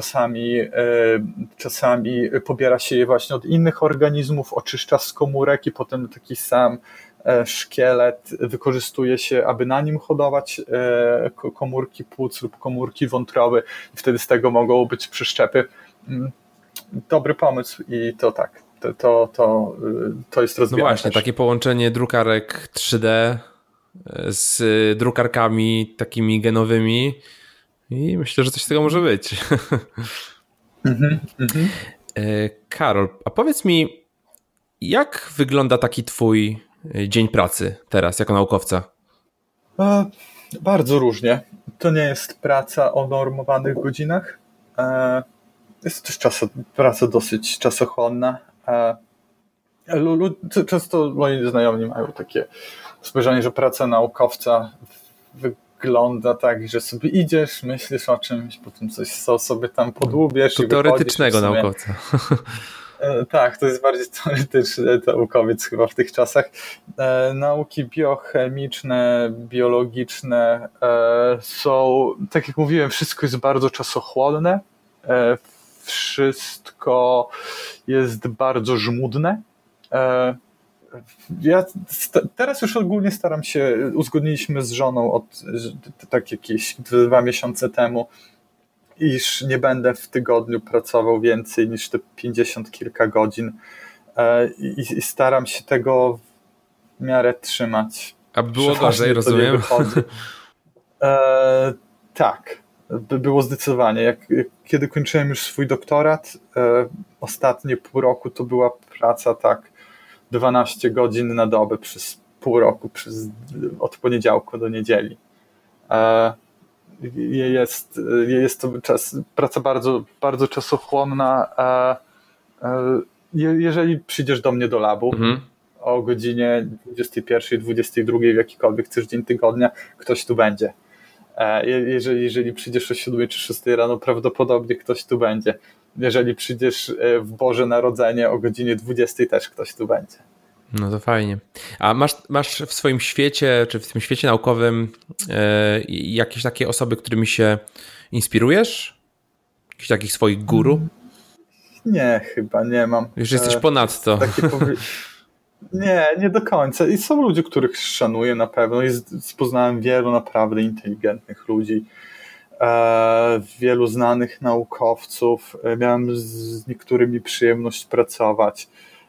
czasami pobiera się je właśnie od innych organizmów, oczyszcza z komórek i potem taki sam szkielet wykorzystuje się, aby na nim hodować komórki płuc lub komórki wątroby i wtedy z tego mogą być przeszczepy. Dobry pomysł i to tak, to jest rozwijane. No właśnie, takie połączenie drukarek 3D z drukarkami takimi genowymi i myślę, że coś z tego może być. Karol, a powiedz mi, jak wygląda taki twój dzień pracy teraz jako naukowca? Bardzo różnie. To nie jest praca o normowanych godzinach. Jest też praca dosyć czasochłonna. Często moi znajomi mają takie spojrzenie, że praca naukowca wygląda tak, że sobie idziesz, myślisz o czymś, potem coś sobie tam podłubiesz. To teoretycznego naukowca. Tak, to jest bardziej teoretyczny naukowiec chyba w tych czasach. Nauki biochemiczne, biologiczne są, tak jak mówiłem, wszystko jest bardzo czasochłonne, wszystko jest bardzo żmudne. Ja teraz już ogólnie staram się, uzgodniliśmy z żoną tak jakieś 2 miesiące temu, iż nie będę w tygodniu pracował więcej niż te 50 kilka godzin i staram się tego w miarę trzymać. A było gorzej, rozumiem? Tak, było zdecydowanie. Kiedy kończyłem już swój doktorat, ostatnie pół roku to była praca tak 12 godzin na dobę przez pół roku, od poniedziałku do niedzieli. Jest to praca bardzo, bardzo czasochłonna. Jeżeli przyjdziesz do mnie do labu o godzinie 21, 22, w jakikolwiek chcesz dzień tygodnia, ktoś tu będzie. Jeżeli przyjdziesz o 7 czy 6 rano, prawdopodobnie ktoś tu będzie. Jeżeli przyjdziesz w Boże Narodzenie o godzinie 20, też ktoś tu będzie. No to fajnie. A masz w swoim świecie, czy w tym świecie naukowym jakieś takie osoby, którymi się inspirujesz? Jakichś takich swoich guru? Nie, chyba nie mam. Już jesteś ponadto. Nie do końca. I są ludzie, których szanuję na pewno. Poznałem wielu naprawdę inteligentnych ludzi, wielu znanych naukowców. Miałem z niektórymi przyjemność pracować.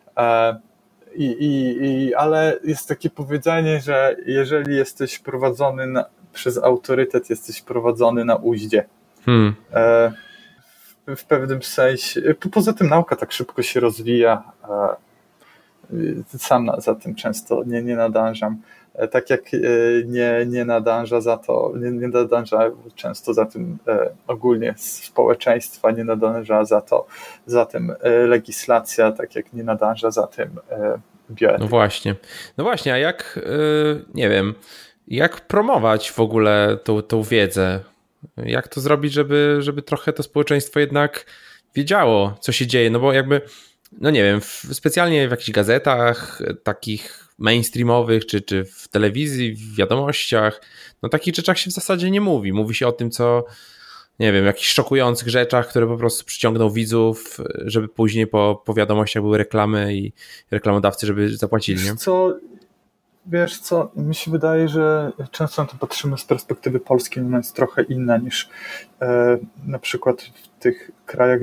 Ale jest takie powiedzenie, że jeżeli jesteś prowadzony przez autorytet, jesteś prowadzony na uździe. W pewnym sensie. Poza tym nauka tak szybko się rozwija. Sam za tym często nie nadążam. Tak jak nie nadąża często za tym ogólnie społeczeństwa, nie nadąża za tym legislacja, tak jak nie nadąża za tym bioetyka. No właśnie, a jak, nie wiem, jak promować w ogóle tą wiedzę? Jak to zrobić, żeby trochę to społeczeństwo jednak wiedziało, co się dzieje? No bo jakby, no nie wiem, specjalnie w jakichś gazetach takich mainstreamowych, czy w telewizji, w wiadomościach, no takich rzeczach się w zasadzie nie mówi. Mówi się o tym, co, nie wiem, jakichś szokujących rzeczach, które po prostu przyciągną widzów, żeby później po wiadomościach były reklamy i reklamodawcy, żeby zapłacili, nie? Wiesz co, mi się wydaje, że często na to patrzymy z perspektywy polskiej, ona jest trochę inna niż na przykład w tych krajach,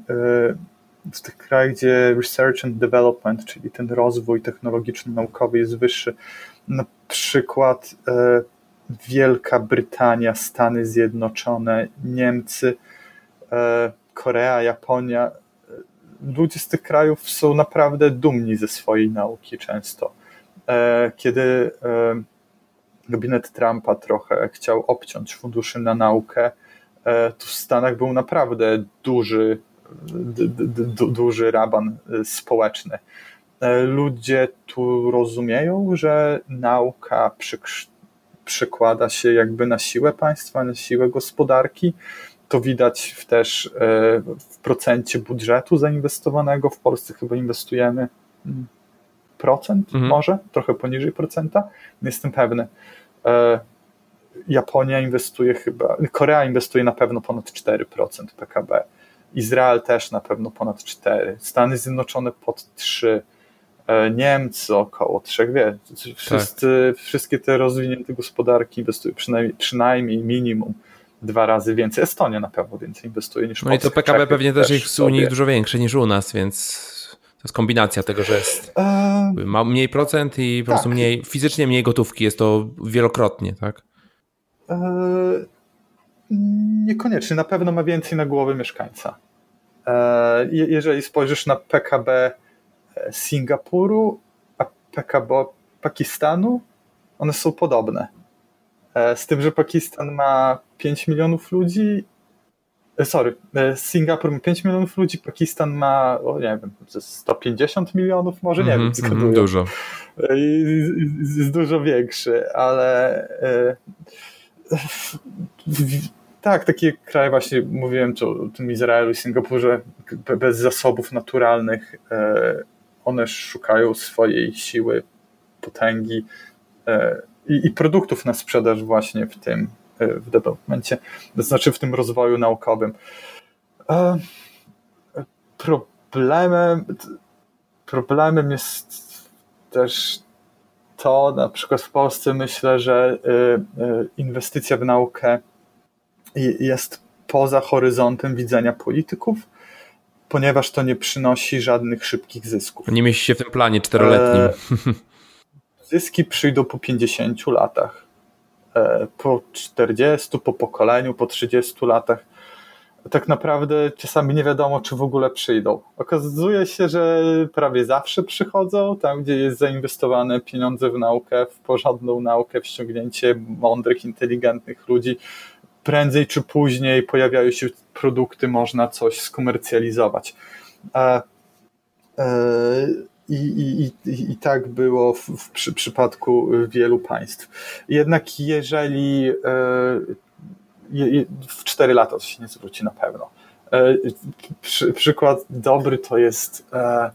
gdzie research and development, czyli ten rozwój technologiczny, naukowy jest wyższy. Na przykład Wielka Brytania, Stany Zjednoczone, Niemcy, Korea, Japonia. Ludzie z tych krajów są naprawdę dumni ze swojej nauki często. Kiedy gabinet Trumpa trochę chciał obciąć funduszy na naukę, to w Stanach był naprawdę duży raban społeczny. Ludzie tu rozumieją, że nauka przekłada się jakby na siłę państwa, na siłę gospodarki. To widać też w procencie budżetu zainwestowanego. W Polsce chyba inwestujemy procent, może trochę poniżej procenta, nie jestem pewny. Japonia inwestuje Korea inwestuje na pewno ponad 4% PKB. Izrael też na pewno ponad 4%. Stany Zjednoczone pod 3%. Niemcy około 3%. Wszystkie te rozwinięte gospodarki inwestują przynajmniej minimum 2 razy więcej. Estonia na pewno więcej inwestuje niż Polska. No i to PKB pewnie też jest u nich dużo większe niż u nas, więc To jest kombinacja tego, że jest ma mniej procent i po prostu fizycznie mniej gotówki. Jest to wielokrotnie, tak? Niekoniecznie. Na pewno ma więcej na głowę mieszkańca. Jeżeli spojrzysz na PKB Singapuru, a PKB Pakistanu, one są podobne. Z tym, że Pakistan ma 5 milionów ludzi, Singapur ma 5 milionów ludzi, Pakistan ma, nie wiem, 150 milionów, może nie wiem, zgaduję. Dużo. Jest dużo większy, ale tak, takie kraje właśnie, mówiłem o tym Izraelu i Singapurze, bez zasobów naturalnych, one szukają swojej siły, potęgi i produktów na sprzedaż właśnie w developmencie, to znaczy w tym rozwoju naukowym. Problemem jest też to, na przykład w Polsce myślę, że inwestycja w naukę jest poza horyzontem widzenia polityków, ponieważ to nie przynosi żadnych szybkich zysków. Nie mieści się w tym planie 4-letnim. Zyski przyjdą po 50 latach, po 40, po pokoleniu, po 30 latach. Tak naprawdę czasami nie wiadomo, czy w ogóle przyjdą. Okazuje się, że prawie zawsze przychodzą, tam gdzie jest zainwestowane pieniądze w naukę, w porządną naukę, w ściągnięcie mądrych, inteligentnych ludzi. Prędzej czy później pojawiają się produkty, można coś skomercjalizować. I tak było w przypadku wielu państw. Jednak jeżeli w 4 lata to się nie zwróci na pewno. Przykład dobry to jest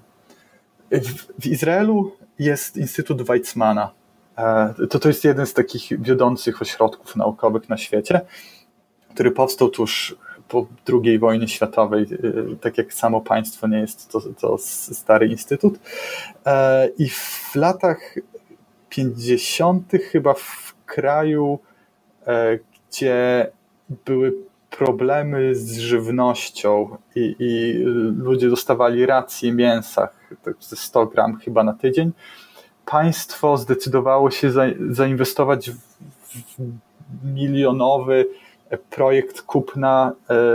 w Izraelu jest Instytut Weizmana. To jest jeden z takich wiodących ośrodków naukowych na świecie, który powstał tuż po II wojnie światowej, tak jak samo państwo nie jest to stary instytut. I w latach 50. chyba w kraju, gdzie były problemy z żywnością i ludzie dostawali racje mięsa, ze 100 gram chyba na tydzień, państwo zdecydowało się zainwestować w milionowy projekt kupna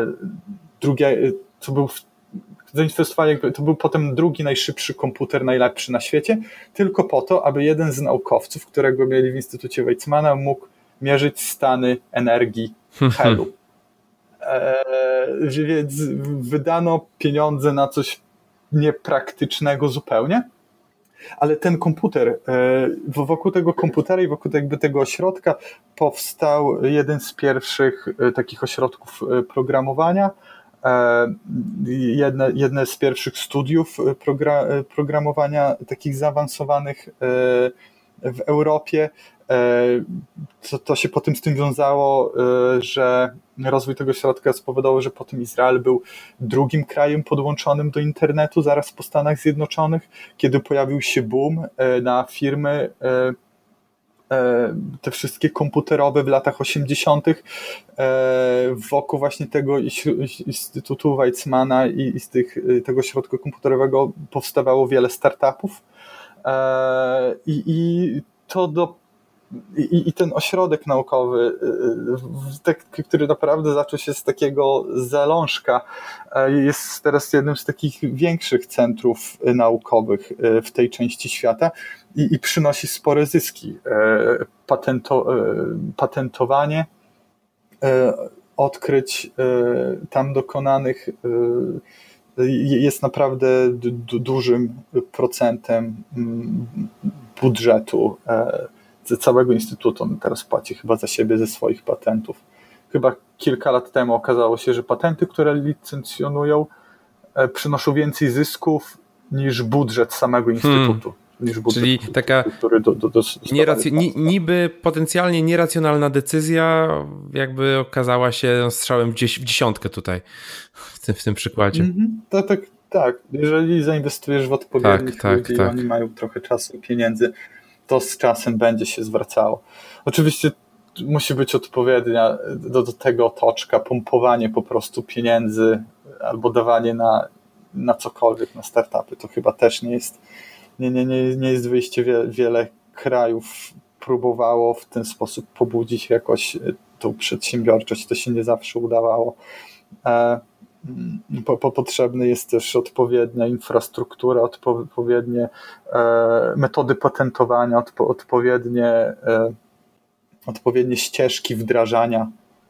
to był potem drugi najszybszy komputer, najlepszy na świecie, tylko po to, aby jeden z naukowców, którego mieli w Instytucie Weizmana, mógł mierzyć stany energii helu. Więc wydano pieniądze na coś niepraktycznego zupełnie, ale ten komputer, wokół tego komputera i wokół jakby tego ośrodka powstał jeden z pierwszych takich ośrodków programowania, jedne z pierwszych studiów programowania takich zaawansowanych w Europie. To się potem z tym wiązało, że rozwój tego środka spowodował, że potem Izrael był drugim krajem podłączonym do internetu zaraz po Stanach Zjednoczonych, kiedy pojawił się boom na firmy te wszystkie komputerowe w latach 80. Wokół właśnie tego Instytutu Weizmana i z tego środka komputerowego powstawało wiele startupów i ten ośrodek naukowy, który naprawdę zaczął się z takiego zalążka, jest teraz jednym z takich większych centrów naukowych w tej części świata i przynosi spore zyski. Patentowanie odkryć tam dokonanych jest naprawdę dużym procentem budżetu całego instytutu. On teraz płaci chyba za siebie ze swoich patentów. Chyba kilka lat temu okazało się, że patenty, które licencjonują, przynoszą więcej zysków niż budżet samego instytutu. Czyli taka niby potencjalnie nieracjonalna decyzja jakby okazała się strzałem w dziesiątkę tutaj w tym przykładzie. Tak. Jeżeli zainwestujesz w odpowiednich ludzi i oni mają trochę czasu i pieniędzy, to z czasem będzie się zwracało. Oczywiście musi być odpowiednia do tego otoczka, pompowanie po prostu pieniędzy albo dawanie na na cokolwiek, na startupy. To chyba też nie jest wyjście. Wiele krajów próbowało w ten sposób pobudzić jakoś tą przedsiębiorczość. To się nie zawsze udawało. Potrzebna jest też odpowiednia infrastruktura, odpowiednie metody patentowania, odpowiednie ścieżki wdrażania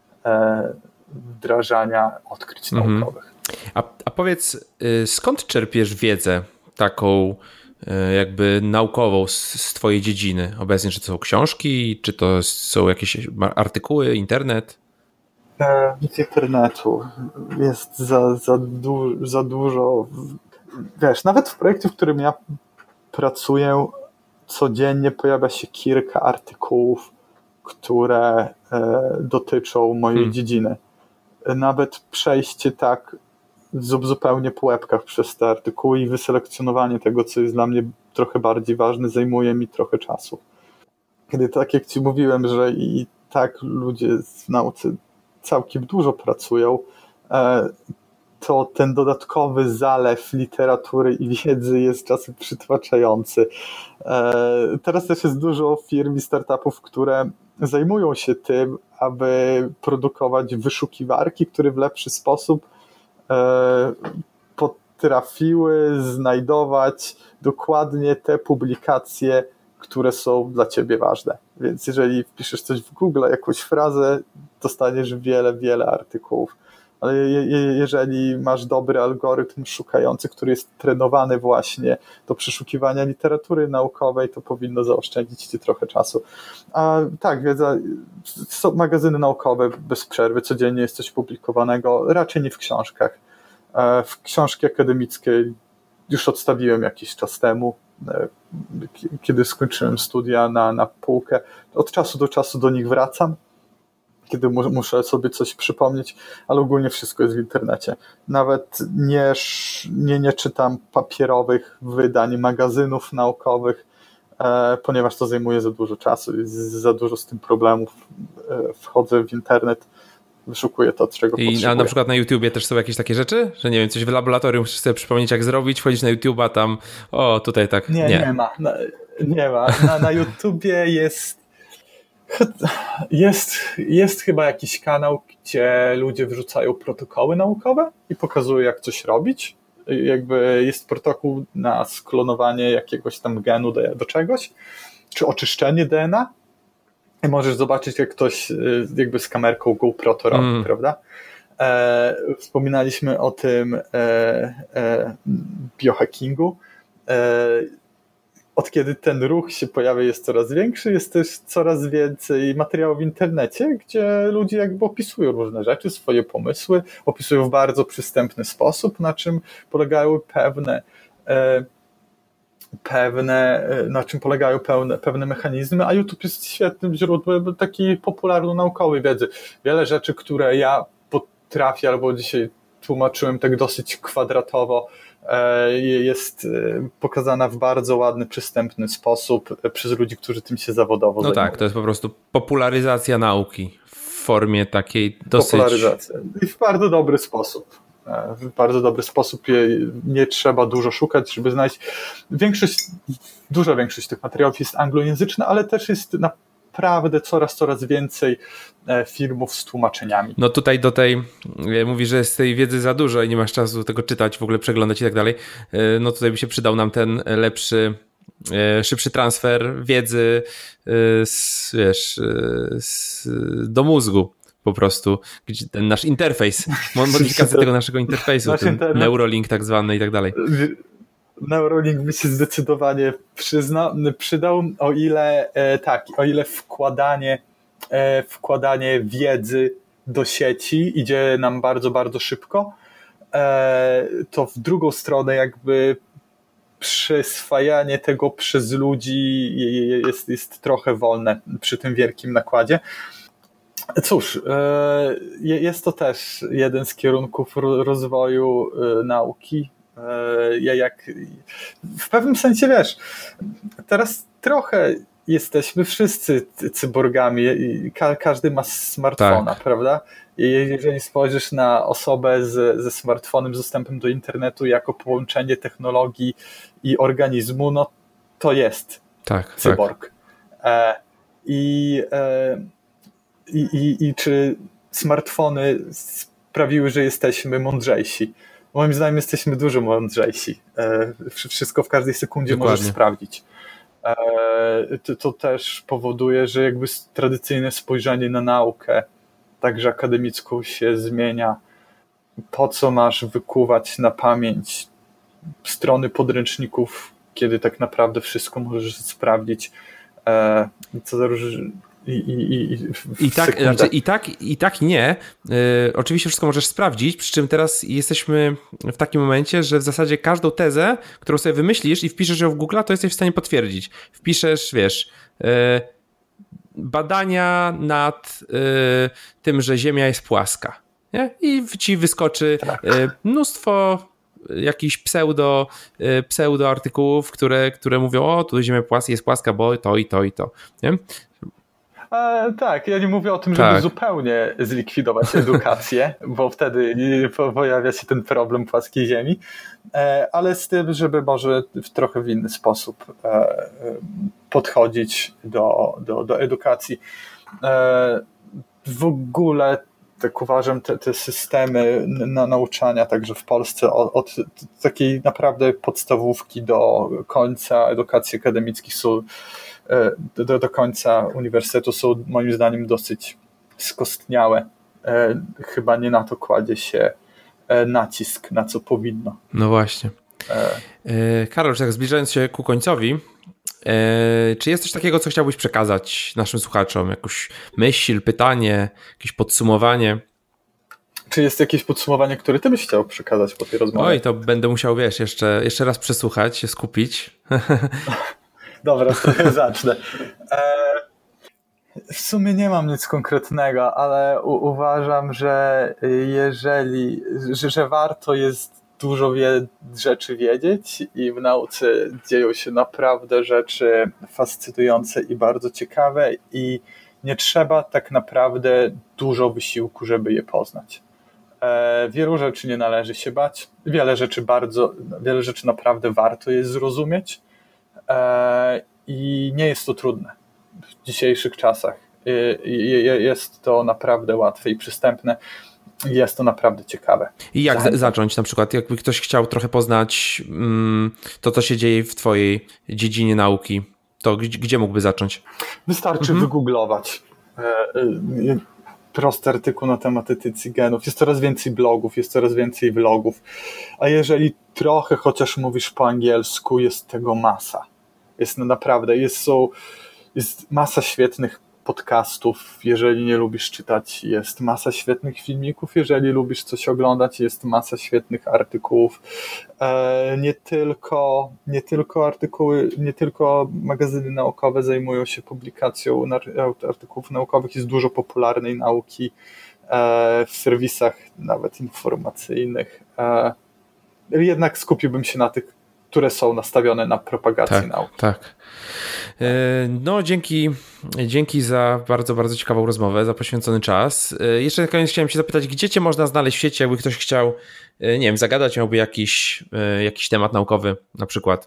odkryć naukowych. A powiedz, skąd czerpiesz wiedzę taką jakby naukową z twojej dziedziny obecnie? Czy to są książki, czy to są jakieś artykuły, internet? Z internetu jest za dużo. Wiesz, nawet w projekcie, w którym ja pracuję, codziennie pojawia się kilka artykułów, które dotyczą mojej dziedziny. Nawet przejście tak zupełnie po łebkach przez te artykuły i wyselekcjonowanie tego, co jest dla mnie trochę bardziej ważne, zajmuje mi trochę czasu. Kiedy, tak jak ci mówiłem, że i tak ludzie w nauce całkiem dużo pracują, to ten dodatkowy zalew literatury i wiedzy jest czasem przytłaczający. Teraz też jest dużo firm i startupów, które zajmują się tym, aby produkować wyszukiwarki, które w lepszy sposób potrafiły znajdować dokładnie te publikacje, które są dla ciebie ważne. Więc jeżeli wpiszesz coś w Google, jakąś frazę, dostaniesz wiele artykułów. Ale jeżeli masz dobry algorytm szukający, który jest trenowany właśnie do przeszukiwania literatury naukowej, to powinno zaoszczędzić ci trochę czasu. A tak, wiedza, są magazyny naukowe bez przerwy, codziennie jest coś publikowanego, raczej nie w książkach. W książki akademickie już odstawiłem jakiś czas temu, kiedy skończyłem studia na półkę. Od czasu do czasu do nich wracam, kiedy muszę sobie coś przypomnieć, ale ogólnie wszystko jest w internecie. Nawet nie czytam papierowych wydań, magazynów naukowych, ponieważ to zajmuje za dużo czasu, jest za dużo z tym problemów. Wchodzę w internet, wyszukuję to, czego potrzebuję. A na przykład na YouTubie też są jakieś takie rzeczy? Że nie wiem, coś w laboratorium musisz sobie przypomnieć, jak zrobić, wchodzić na YouTube'a, tam tutaj tak. Nie ma. Nie ma. Na YouTubie jest chyba jakiś kanał, gdzie ludzie wrzucają protokoły naukowe i pokazują, jak coś robić. Jakby jest protokół na sklonowanie jakiegoś tam genu do czegoś, czy oczyszczenie DNA. I możesz zobaczyć, jak ktoś jakby z kamerką GoPro to robi, prawda? Wspominaliśmy o tym biohackingu. Od kiedy ten ruch się pojawia, jest coraz większy, jest też coraz więcej materiałów w internecie, gdzie ludzie jakby opisują różne rzeczy, swoje pomysły, opisują w bardzo przystępny sposób, na czym polegają pewne mechanizmy, a YouTube jest świetnym źródłem takiej popularno-naukowej wiedzy. Wiele rzeczy, które ja potrafię, albo dzisiaj tłumaczyłem tak dosyć kwadratowo, jest pokazana w bardzo ładny, przystępny sposób przez ludzi, którzy tym się zawodowo zajmują. Tak, to jest po prostu popularyzacja nauki w formie takiej dosyć... Popularyzacja. I w bardzo dobry sposób. Nie trzeba dużo szukać, żeby znaleźć. Duża większość tych materiałów jest anglojęzyczna, ale też jest naprawdę coraz więcej filmów z tłumaczeniami. No tutaj do tej, mówi, że jest tej wiedzy za dużo i nie masz czasu tego czytać, w ogóle przeglądać i tak dalej. No tutaj by się przydał nam ten szybszy transfer wiedzy do mózgu. Po prostu, gdzie ten nasz interfejs, modyfikacja tego naszego interfejsu, ten Neuralink tak zwany i tak dalej. Neuralink by się zdecydowanie przydał, o ile wkładanie wiedzy do sieci idzie nam bardzo, bardzo szybko, to w drugą stronę jakby przyswajanie tego przez ludzi jest trochę wolne przy tym wielkim nakładzie. Cóż, jest to też jeden z kierunków rozwoju nauki. W pewnym sensie, wiesz, teraz trochę jesteśmy wszyscy cyborgami i każdy ma smartfona, Tak. prawda? I jeżeli spojrzysz na osobę ze smartfonem, z dostępem do internetu jako połączenie technologii i organizmu, no to jest Tak, cyborg. I czy smartfony sprawiły, że jesteśmy mądrzejsi? Moim zdaniem jesteśmy dużo mądrzejsi. Wszystko w każdej sekundzie Dokładnie. możesz sprawdzić. To też powoduje, że jakby tradycyjne spojrzenie na naukę, także akademicką, się zmienia. Po co masz wykuwać na pamięć strony podręczników, kiedy tak naprawdę wszystko możesz sprawdzić, co za I tak i nie. Oczywiście wszystko możesz sprawdzić, przy czym teraz jesteśmy w takim momencie, że w zasadzie każdą tezę, którą sobie wymyślisz i wpiszesz ją w Google, to jesteś w stanie potwierdzić. Wpiszesz, wiesz, badania nad tym, że Ziemia jest płaska. Nie? I ci wyskoczy mnóstwo jakichś pseudo artykułów, które mówią, o, tu Ziemia jest płaska, bo to i to i to. Nie? Tak, ja nie mówię o tym, żeby zupełnie zlikwidować edukację, bo wtedy pojawia się ten problem płaskiej ziemi, ale z tym, żeby może trochę w inny sposób podchodzić do edukacji. W ogóle tak uważam, te systemy nauczania także w Polsce od takiej naprawdę podstawówki do końca edukacji akademickiej są do końca uniwersytetu są moim zdaniem dosyć skostniałe. Chyba nie na to kładzie się nacisk, na co powinno. No właśnie. Karol, tak zbliżając się ku końcowi, czy jest coś takiego, co chciałbyś przekazać naszym słuchaczom? Jakąś myśl, pytanie, jakieś podsumowanie? Czy jest jakieś podsumowanie, które ty byś chciał przekazać po tej rozmowie? Oj, to będę musiał, wiesz, jeszcze raz przesłuchać, się skupić. Dobra, to zacznę. W sumie nie mam nic konkretnego, ale uważam, że że warto jest dużo rzeczy wiedzieć i w nauce dzieją się naprawdę rzeczy fascynujące i bardzo ciekawe i nie trzeba tak naprawdę dużo wysiłku, żeby je poznać. Wielu rzeczy nie należy się bać, wiele rzeczy naprawdę warto jest zrozumieć i nie jest to trudne w dzisiejszych czasach. Jest to naprawdę łatwe i przystępne. Jest to naprawdę ciekawe. I jak zacząć na przykład, jakby ktoś chciał trochę poznać to, co się dzieje w twojej dziedzinie nauki, to gdzie mógłby zacząć? Wystarczy wygooglować prosty artykuł na temat etycji genów. Jest coraz więcej blogów, jest coraz więcej vlogów. A jeżeli trochę chociaż mówisz po angielsku, jest tego masa. Jest naprawdę, jest masa świetnych podcastów, jeżeli nie lubisz czytać, jest masa świetnych filmików, jeżeli lubisz coś oglądać, jest masa świetnych artykułów. Nie tylko artykuły, nie tylko magazyny naukowe zajmują się publikacją artykułów naukowych, jest dużo popularnej nauki w serwisach nawet informacyjnych. Jednak skupiłbym się na tych, które są nastawione na propagację nauki. Tak. No, dzięki za bardzo, bardzo ciekawą rozmowę, za poświęcony czas. Jeszcze na koniec chciałem się zapytać, gdzie cię można znaleźć w sieci, jakby ktoś chciał, nie wiem, zagadać, miałby jakiś temat naukowy na przykład.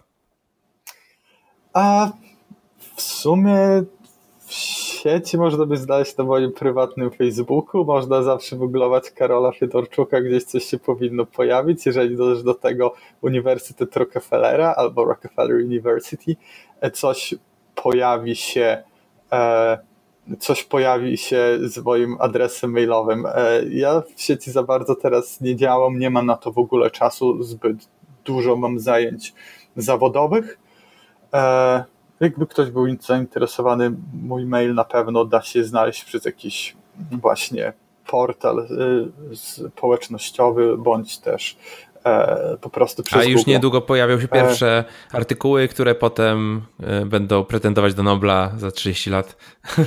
A w sumie w sieci można by znaleźć na moim prywatnym Facebooku, można zawsze googlować Karola Fiedorczuka, gdzieś coś się powinno pojawić, jeżeli dodasz do tego Uniwersytet Rockefellera albo Rockefeller University, coś pojawi się z moim adresem mailowym. Ja w sieci za bardzo teraz nie działam, nie mam na to w ogóle czasu, zbyt dużo mam zajęć zawodowych. Jakby ktoś był zainteresowany, mój mail na pewno da się znaleźć przez jakiś właśnie portal społecznościowy, bądź też po prostu przez Google. A już niedługo pojawią się pierwsze artykuły, które potem będą pretendować do Nobla za 30 lat.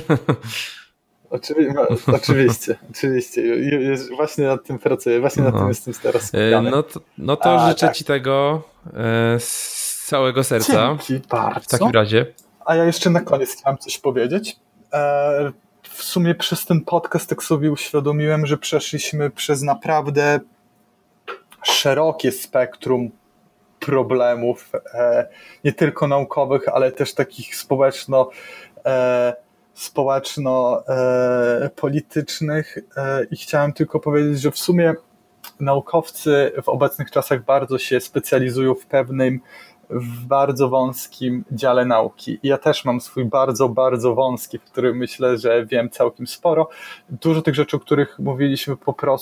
Oczywiście. Właśnie nad tym pracuję, właśnie nad tym jestem teraz skupiony. No to życzę ci tego z całego serca. Dzięki bardzo. W takim razie. A ja jeszcze na koniec chciałem coś powiedzieć. W sumie przez ten podcast tak sobie uświadomiłem, że przeszliśmy przez naprawdę szerokie spektrum problemów, nie tylko naukowych, ale też takich społeczno-politycznych i chciałem tylko powiedzieć, że w sumie naukowcy w obecnych czasach bardzo się specjalizują w bardzo wąskim dziale nauki. Ja też mam swój bardzo, bardzo wąski, w którym myślę, że wiem całkiem sporo. Dużo tych rzeczy, o których mówiliśmy,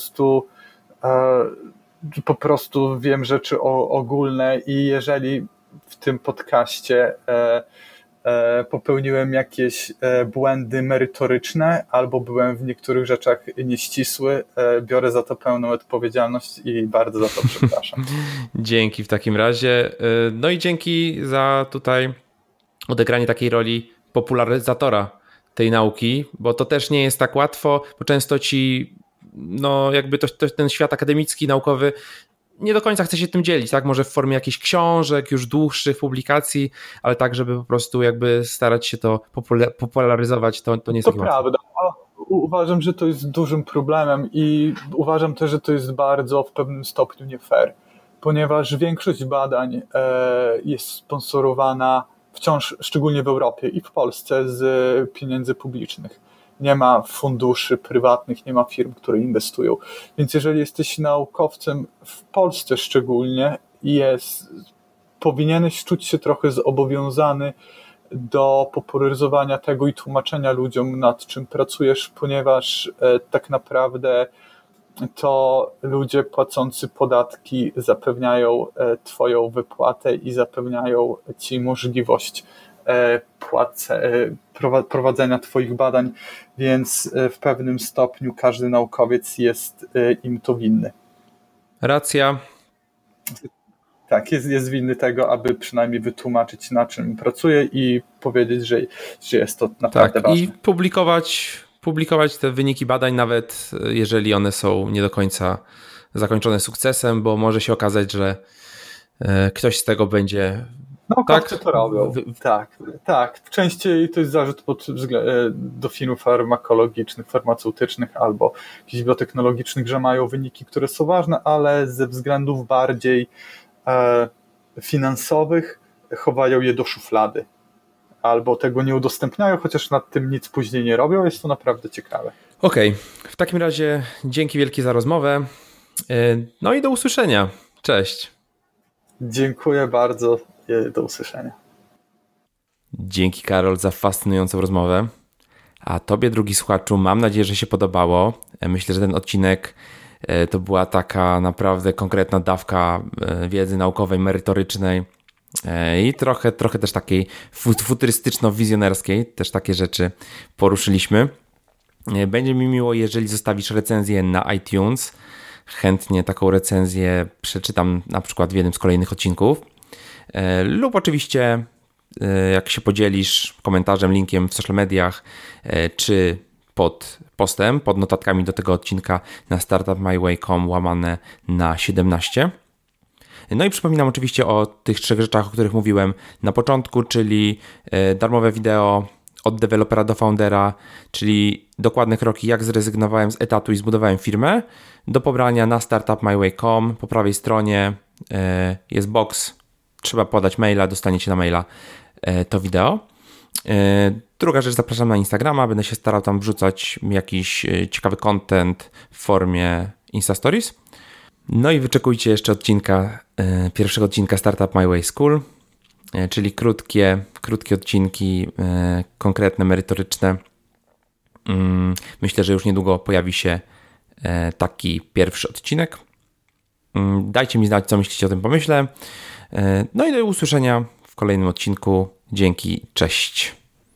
po prostu wiem rzeczy ogólne i jeżeli w tym podcaście popełniłem jakieś błędy merytoryczne albo byłem w niektórych rzeczach nieścisły, biorę za to pełną odpowiedzialność i bardzo za to przepraszam. Dzięki w takim razie. No i dzięki za tutaj odegranie takiej roli popularyzatora tej nauki, bo to też nie jest tak łatwo, bo często jakby ten świat akademicki, naukowy nie do końca chce się tym dzielić, tak? Może w formie jakichś książek, już dłuższych publikacji, ale tak, żeby po prostu jakby starać się to popularyzować, to nie jest to tak łatwo. Prawda. Uważam, że to jest dużym problemem i uważam też, że to jest bardzo w pewnym stopniu nie fair, ponieważ większość badań jest sponsorowana wciąż, szczególnie w Europie i w Polsce, z pieniędzy publicznych. Nie ma funduszy prywatnych, nie ma firm, które inwestują. Więc jeżeli jesteś naukowcem w Polsce szczególnie, powinieneś czuć się trochę zobowiązany do popularyzowania tego i tłumaczenia ludziom, nad czym pracujesz, ponieważ tak naprawdę to ludzie płacący podatki zapewniają twoją wypłatę i zapewniają ci możliwość prowadzenia twoich badań, więc w pewnym stopniu każdy naukowiec jest im to winny. Racja. Tak, jest winny tego, aby przynajmniej wytłumaczyć, na czym pracuje i powiedzieć, że jest to naprawdę ważne. I publikować te wyniki badań, nawet jeżeli one są nie do końca zakończone sukcesem, bo może się okazać, że ktoś z tego będzie... Naukowcy to robią. Tak. Częściej to jest zarzut do firm farmakologicznych, farmaceutycznych albo jakichś biotechnologicznych, że mają wyniki, które są ważne, ale ze względów bardziej finansowych chowają je do szuflady. Albo tego nie udostępniają, chociaż nad tym nic później nie robią. Jest to naprawdę ciekawe. Okej. W takim razie dzięki wielkie za rozmowę. No i do usłyszenia. Cześć. Dziękuję bardzo. Do usłyszenia. Dzięki, Karol, za fascynującą rozmowę. A tobie, drugi słuchaczu, mam nadzieję, że się podobało. Myślę, że ten odcinek to była taka naprawdę konkretna dawka wiedzy naukowej, merytorycznej i trochę też takiej futurystyczno-wizjonerskiej. Też takie rzeczy poruszyliśmy. Będzie mi miło, jeżeli zostawisz recenzję na iTunes. Chętnie taką recenzję przeczytam na przykład w jednym z kolejnych odcinków. Lub oczywiście jak się podzielisz komentarzem, linkiem w social mediach, czy pod postem, pod notatkami do tego odcinka na startupmyway.com/17. No i przypominam oczywiście o tych 3 rzeczach, o których mówiłem na początku, czyli darmowe wideo od dewelopera do foundera, czyli dokładne kroki, jak zrezygnowałem z etatu i zbudowałem firmę, do pobrania na startupmyway.com. Po prawej stronie jest box. Trzeba podać maila, dostaniecie na maila to wideo. Druga rzecz, zapraszam na Instagrama, będę się starał tam wrzucać jakiś ciekawy content w formie Insta Stories. No i wyczekujcie jeszcze pierwszego odcinka Startup My Way School, czyli krótkie odcinki, konkretne, merytoryczne. Myślę, że już niedługo pojawi się taki pierwszy odcinek. Dajcie mi znać, co myślicie o tym pomyśle. No i do usłyszenia w kolejnym odcinku. Dzięki, cześć.